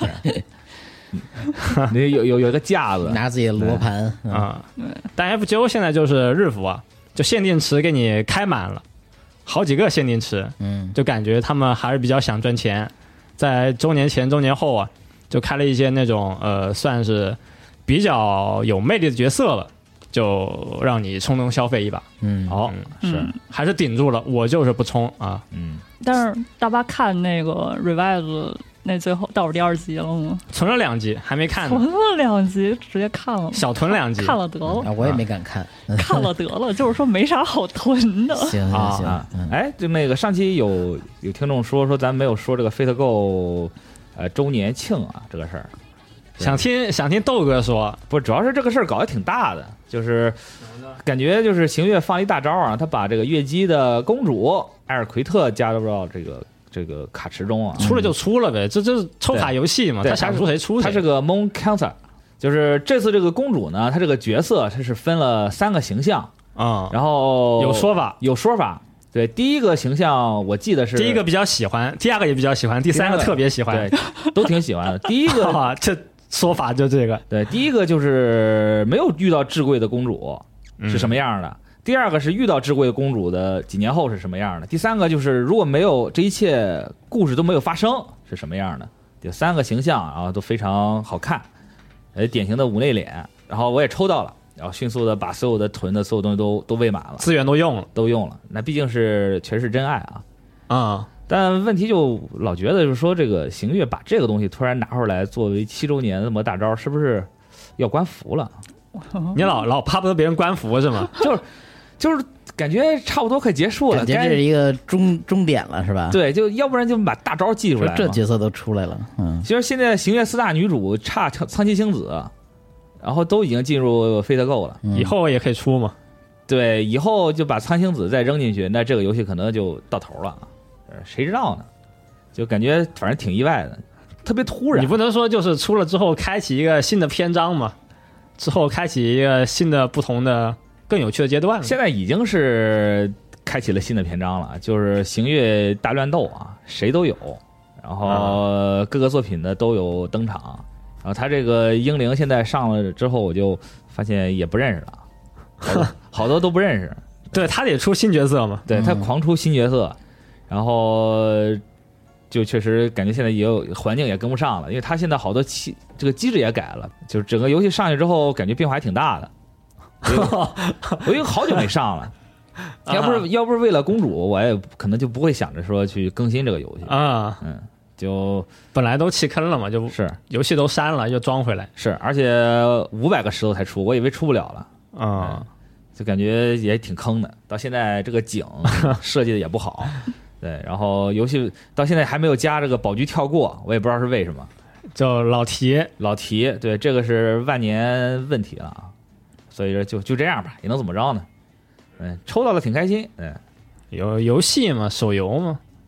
你有有有一个架子， 拿自己的罗盘啊。但 F G O 现在就是日服啊，就限定池给你开满了，好几个限定池， 嗯， 就感觉他们还是比较想赚钱，在周年前、周年后啊，就开了一些那种呃，算是比较有魅力的角色了。就让你冲动消费一把， 嗯， 哦， 嗯、 是还是顶住了，我就是不冲啊， 嗯。 但是大巴看那个 Revive 那最后倒数第二集了吗？ 存了两集，还没看呢。 存了两集，直接看了， 小囤两集， 看了得了。 啊，我也没敢看， 看了得了，就是说没啥好囤的。 行行行， 啊嗯、哎，就那个上期有有听众说说咱没有说这个 Fate Go 呃周年庆啊这个事儿。 想听想听豆哥说， 不，主要是这个事儿搞得挺大的，就是感觉就是行月放一大招啊，他把这个月姬的公主艾尔奎特加入到这个这个卡池中啊， 出了就出了呗，这这是抽卡游戏嘛，他想出谁出谁。 他是个 Moon Counter， 就是这次这个公主呢，她这个角色它是分了三个形象啊、嗯， 然后有说法有说法。对，第一个形象我记得是第一个比较喜欢，第二个也比较喜欢，第三个特别喜欢， 对，都挺喜欢的。第一个啊，这。说法就这个， 对，第一个就是没有遇到智贵的公主是什么样的、嗯、第二个是遇到智贵的公主的几年后是什么样的，第三个就是如果没有这一切故事都没有发生是什么样的。有三个形象然后都非常好看，呃，典型的五内脸，然后我也抽到了，然后迅速的把所有的囤的所有东西都都喂满了， 资源都用了都用了，那毕竟是全是真爱啊啊、嗯！ 但问题就老觉得就是说，这个行月把这个东西突然拿出来作为七周年那么大招，是不是要关服了？ 你老老巴不得别人关服是吗？ 就是就是感觉差不多快结束了， 感觉这是一个终终点了是吧？ 对，就要不然就把大招记出来。 这角色都出来了，嗯。 其实现在行月四大女主差苍崎星子，然后都已经进入 Fate Go 了、 嗯，以后也可以出嘛。 对，以后就把苍星子再扔进去，那这个游戏可能就到头了。谁知道呢？就感觉反正挺意外的，特别突然。 你不能说就是出了之后开启一个新的篇章嘛？之后开启一个新的、不同的、更有趣的阶段了。 现在已经是开启了新的篇章了，就是行月大乱斗啊，谁都有，然后各个作品的都有登场。然后他这个英灵现在上了之后，我就发现也不认识了，好多, 好多都不认识。 对他得出新角色嘛？ 对他狂出新角色。然后就确实感觉现在也有环境也跟不上了，因为他现在好多机这个机制也改了，就是整个游戏上去之后感觉变化还挺大的。我因为好久没上了，要不是要不是为了公主，我也可能就不会想着说去更新这个游戏啊。 嗯，就本来都弃坑了嘛，就是游戏都删了又装回来， 是而且五百个石头才出，我以为出不了了啊、嗯， 就感觉也挺坑的。到现在这个井设计的也不好。对，然后游戏到现在还没有加这个宝具跳过，我也不知道是为什么， 就老提老提，对，这个是万年问题了啊，所以说就就这样吧，也能怎么着呢？嗯，抽到了挺开心，嗯， 有游戏嘛，手游嘛，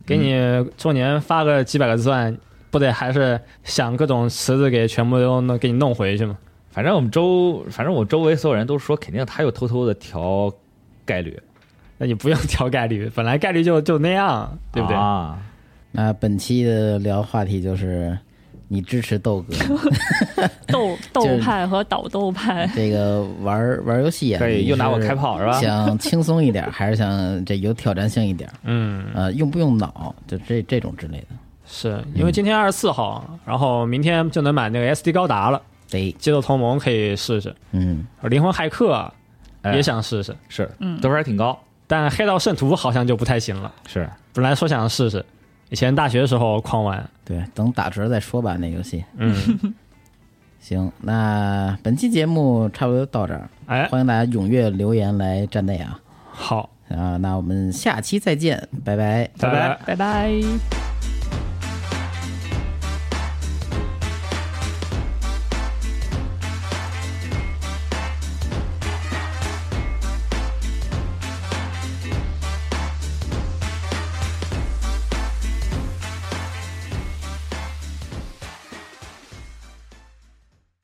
给你周年发个几百个钻，不得还是想各种池子给全部都能给你弄回去吗？ 反正我们周，反正我周围所有人都说，肯定他又偷偷的调概率。 那你不用调概率，本来概率就就那样，对不对？ 啊， 那本期的聊话题就是你支持豆哥斗斗派和倒斗派， 这个玩玩游戏啊， 可以又拿我开炮是吧？ 想轻松一点，还是想这有挑战性一点？ 嗯， 呃，用不用脑，就这这种之类的。 是因为今天二十四号，然后明天就能买那个 S D 高达了， 对， 街斗同盟可以试试， 嗯， 灵魂骇客也想试试， 哎、是， 嗯， 得分还挺高， 但黑道圣徒好像就不太行了。 是， 本来说想试试，以前大学的时候狂玩， 对，等打折再说吧，那游戏。 嗯， 行，那本期节目差不多到这儿， 哎， 欢迎大家踊跃留言来站内啊。 好啊，那我们下期再见，拜拜， 拜拜。 拜拜。